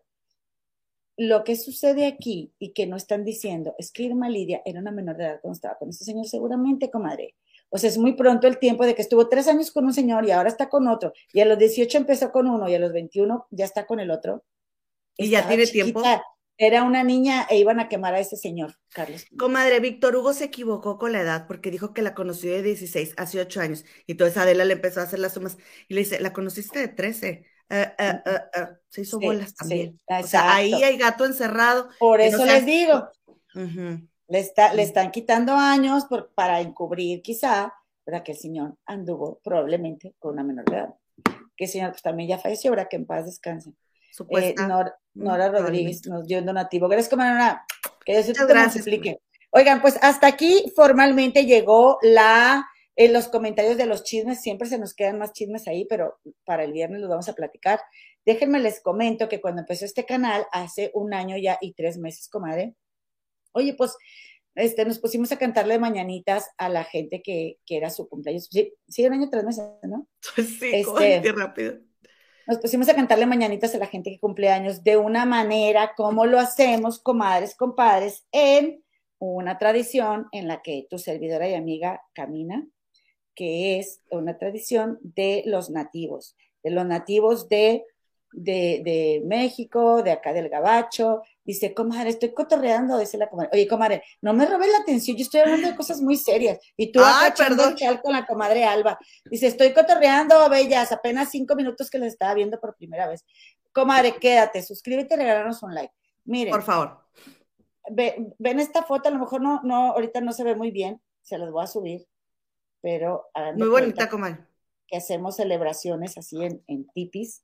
lo que sucede aquí y que no están diciendo es que Irma Lidia era una menor de edad cuando estaba con ese señor, seguramente, comadre. O sea, es muy pronto el tiempo de que estuvo tres años con un señor y ahora está con otro. Y a los dieciocho empezó con uno y a los veintiuno ya está con el otro. ¿Y ya Estaba tiene chiquita, tiempo? era una niña e iban a quemar a ese señor, Carlos. Comadre, Víctor Hugo se equivocó con la edad porque dijo que la conoció de dieciséis, hace ocho años. Y entonces Adela le empezó a hacer las sumas y le dice, la conociste de trece. Eh, eh, eh, eh. Se hizo Sí, bolas sí, también. O exacto. sea, ahí hay gato encerrado. Por Que no eso sea- les digo, Ujú. le, está, le Mm. están quitando años por, para encubrir quizá, ¿verdad? Que el señor anduvo probablemente con una menor de edad. Que el señor pues, también ya falleció, ahora que en paz descanse. Eh, Supuesta. Nor- Mm, Nora Rodríguez probablemente. nos dio un donativo. Gracias, comadre. Que Dios Muchas te gracias, multiplique. Oigan, pues hasta aquí formalmente llegó la, en los comentarios de los chismes, siempre se nos quedan más chismes ahí, pero para el viernes los vamos a platicar. Déjenme les comento que cuando empezó este canal, hace un año ya y tres meses, comadre, oye, pues este, nos pusimos a cantarle mañanitas a la gente que, que era su cumpleaños. Sí, sí, un año, tres meses, ¿no? Pues sí, Este, qué rápido. Nos pusimos a cantarle mañanitas a la gente que cumple años de una manera como lo hacemos, comadres, compadres, en una tradición en la que tu servidora y amiga camina, que es una tradición de los nativos, de los nativos de, de, de México, de acá del Gabacho. Dice, comadre, estoy cotorreando, dice la comadre. Oye, comadre, no me robes la atención, yo estoy hablando de cosas muy serias. Y tú acá Ay, echando perdón. el chal con la comadre Alba. Dice, estoy cotorreando, bellas, apenas cinco minutos que les estaba viendo por primera vez. Comadre, quédate, suscríbete y regálanos un like. Miren, Por favor. ve, ven esta foto, a lo mejor no, no, ahorita no se ve muy bien, se los voy a subir, pero hagan de Muy cuenta bonita, comadre. que hacemos celebraciones así en, en tipis.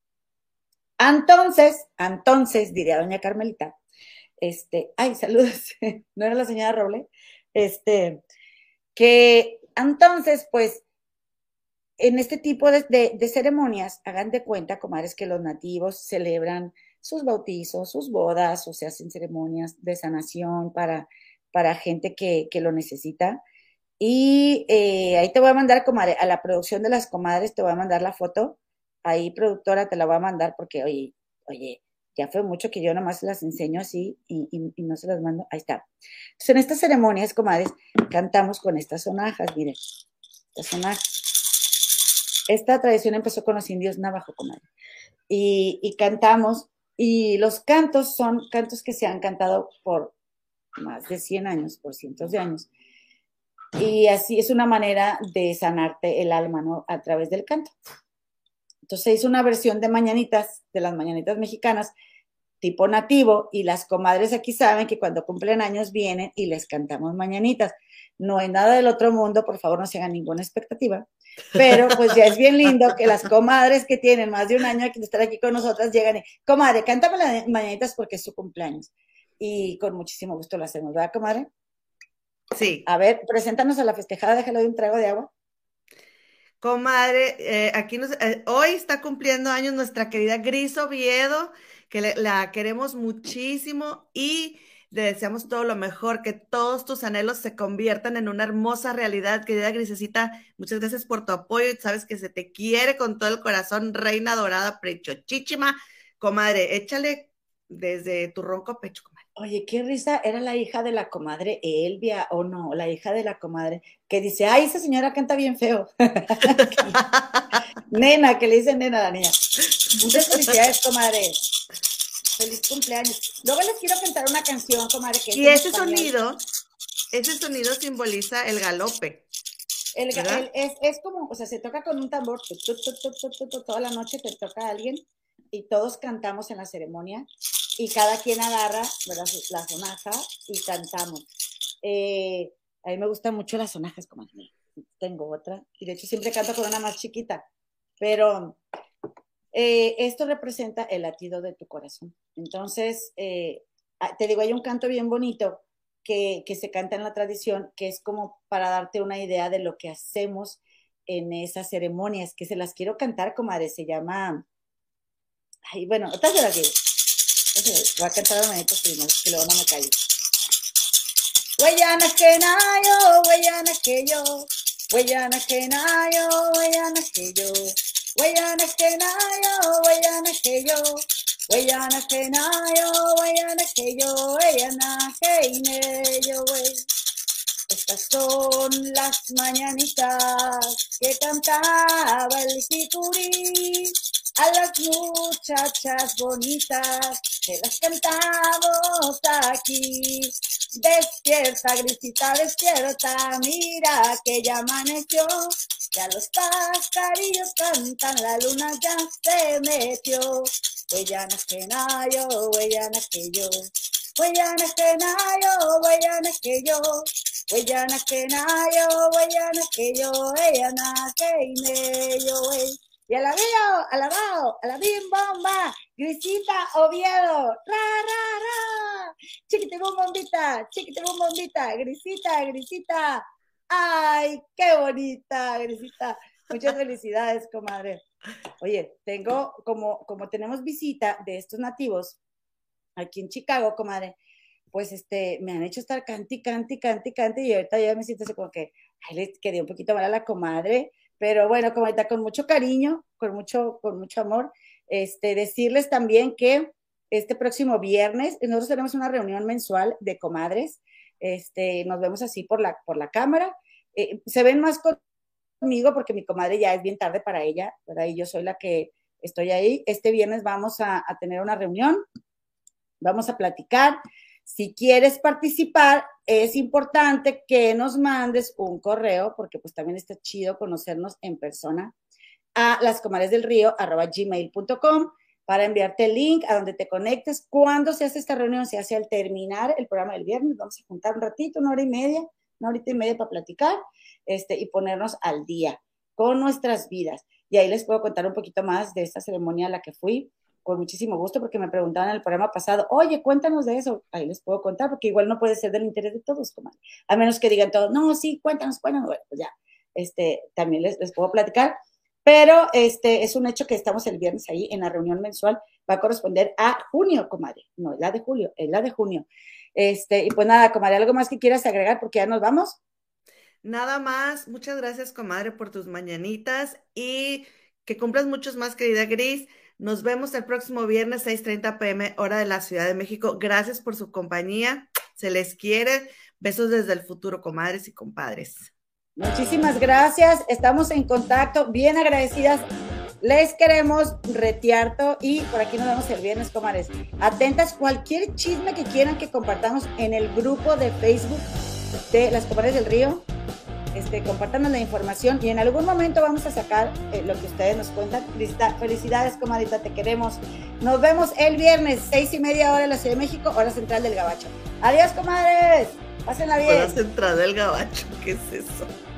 Entonces, entonces, diría doña Carmelita, este, ay, saludos, no era la señora Roble, este, que entonces, pues, en este tipo de, de, de ceremonias, hagan de cuenta, comadres, que los nativos celebran sus bautizos, sus bodas, o se hacen ceremonias de sanación para, para gente que, que lo necesita. Y eh, ahí te voy a mandar, comadre, a la producción de las comadres, te voy a mandar la foto. Ahí, productora, te la voy a mandar porque, oye, oye, ya fue mucho que yo nomás las enseño así y, y, y no se las mando. Ahí está. Entonces, en estas ceremonias, comadres, cantamos con estas sonajas, miren, estas sonajas. Esta tradición empezó con los indios navajo, comadre. Y, y cantamos, y los cantos son cantos que se han cantado por más de cien años, por cientos de años. Y así es una manera de sanarte el alma, ¿no? A través del canto. Entonces se hizo una versión de mañanitas, de las mañanitas mexicanas, tipo nativo, y las comadres aquí saben que cuando cumplen años vienen y les cantamos mañanitas. No hay nada del otro mundo, por favor no se hagan ninguna expectativa, pero pues ya es bien lindo que las comadres que tienen más de un año de estar aquí con nosotras llegan y, comadre, cántame las mañanitas porque es su cumpleaños. Y con muchísimo gusto lo hacemos, ¿verdad, comadre? Sí. A ver, preséntanos a la festejada, déjale de un trago de agua. Comadre, eh, aquí nos, eh, hoy está cumpliendo años nuestra querida Gris Oviedo, que le, la queremos muchísimo y le deseamos todo lo mejor, que todos tus anhelos se conviertan en una hermosa realidad. Querida Grisecita, muchas gracias por tu apoyo. Sabes que se te quiere con todo el corazón, reina dorada, prechochichima. Comadre, échale desde tu ronco pecho, comadre. Oye, qué risa, era la hija de la comadre Elvia, o no, la hija de la comadre, que dice, ay, esa señora canta bien feo. Nena, que le dice nena a la niña. Muchas felicidades, comadre. Feliz cumpleaños. Luego les quiero cantar una canción, comadre. Que y ese español. sonido, ese sonido simboliza el galope. El, el, es, es como, o sea, se toca con un tambor, tu, tu, tu, tu, tu, tu, tu, toda la noche te toca a alguien y todos cantamos en la ceremonia y cada quien agarra, ¿verdad?, la sonaja y cantamos. Eh, a mí me gustan mucho las sonajas, como tengo otra, y de hecho siempre canto con una más chiquita, pero eh, esto representa el latido de tu corazón. Entonces, eh, te digo, hay un canto bien bonito que, que se canta en la tradición, que es como para darte una idea de lo que hacemos en esas ceremonias, que se las quiero cantar, comadre, se llama... Ay, bueno, otra se las digo. Voy a cantar a manito primero, que luego no me callo. Hueyana que nayo, hueyana que yo, hueyana que nayo, hueyana que yo, hueyana que nayo, hueyana que yo, hueyana que nayo, hueyana que yo, hueyana que nayo, wey. Estas son las mañanitas que cantaba el jicurí a las muchachas bonitas que las cantamos aquí. Despierta, Grisita, despierta, mira que ya amaneció, ya los pajarillos cantan, la luna ya se metió. Hueyana que nayo, hueyana que yo, hueyana que nayo, hueyana que yo, hueyana que nayo, hueyana que yo, hueyana que nayo, wey. Y alabío, alabao, alabim bomba, Grisita Oviedo, ra, ra, ra, chiquitibum bombita, chiquitibum bombita, Grisita, Grisita, ay, qué bonita, Grisita, muchas felicidades, comadre. Oye, tengo, como, como tenemos visita de estos nativos aquí en Chicago, comadre, pues este, me han hecho estar canti, canti, canti, canti, y ahorita ya me siento así como que, ay, le quedé un poquito mal a la comadre, pero bueno, como ahorita con mucho cariño, con mucho, con mucho amor, este, decirles también que este próximo viernes nosotros tenemos una reunión mensual de comadres, este, nos vemos así por la, por la cámara, eh, se ven más conmigo porque mi comadre ya es bien tarde para ella, ¿verdad? Y yo soy la que estoy ahí. Este viernes vamos a, a tener una reunión, vamos a platicar. Si quieres participar, es importante que nos mandes un correo, porque pues también está chido conocernos en persona, a lascomadresdelrío arroba gmail punto com para enviarte el link a donde te conectes. ¿Cuándo se hace esta reunión? Se hace al terminar el programa del viernes. Vamos a juntar un ratito, una hora y media, una horita y media para platicar este, y ponernos al día con nuestras vidas. Y ahí les puedo contar un poquito más de esta ceremonia a la que fui, con muchísimo gusto, porque me preguntaban en el programa pasado, oye, cuéntanos de eso. Ahí les puedo contar, porque igual no puede ser del interés de todos, comadre. A menos que digan todos, no, sí, cuéntanos, cuéntanos. Bueno, pues ya, este, también les, les puedo platicar. Pero este es un hecho que estamos el viernes ahí en la reunión mensual. Va a corresponder a junio, comadre. No es la de julio, es la de junio. Este, y pues nada, comadre, ¿algo más que quieras agregar? Porque ya nos vamos. Nada más. Muchas gracias, comadre, por tus mañanitas y que cumplas muchos más, querida Gris. Nos vemos el próximo viernes, seis treinta p m, hora de la Ciudad de México. Gracias por su compañía. Se les quiere. Besos desde el futuro, comadres y compadres. Muchísimas gracias. Estamos en contacto. Bien agradecidas. Les queremos retiarto y por aquí nos vemos el viernes, comadres. Atentas, cualquier chisme que quieran que compartamos en el grupo de Facebook de Las Comadres del Río. Este, compártanos la información y en algún momento vamos a sacar eh, lo que ustedes nos cuentan. Felicidades, comadita, te queremos. Nos vemos el viernes, seis y media hora en la Ciudad de México, hora central del Gabacho. Adiós, comadres. Pásenla bien. Hora central del Gabacho, ¿qué es eso?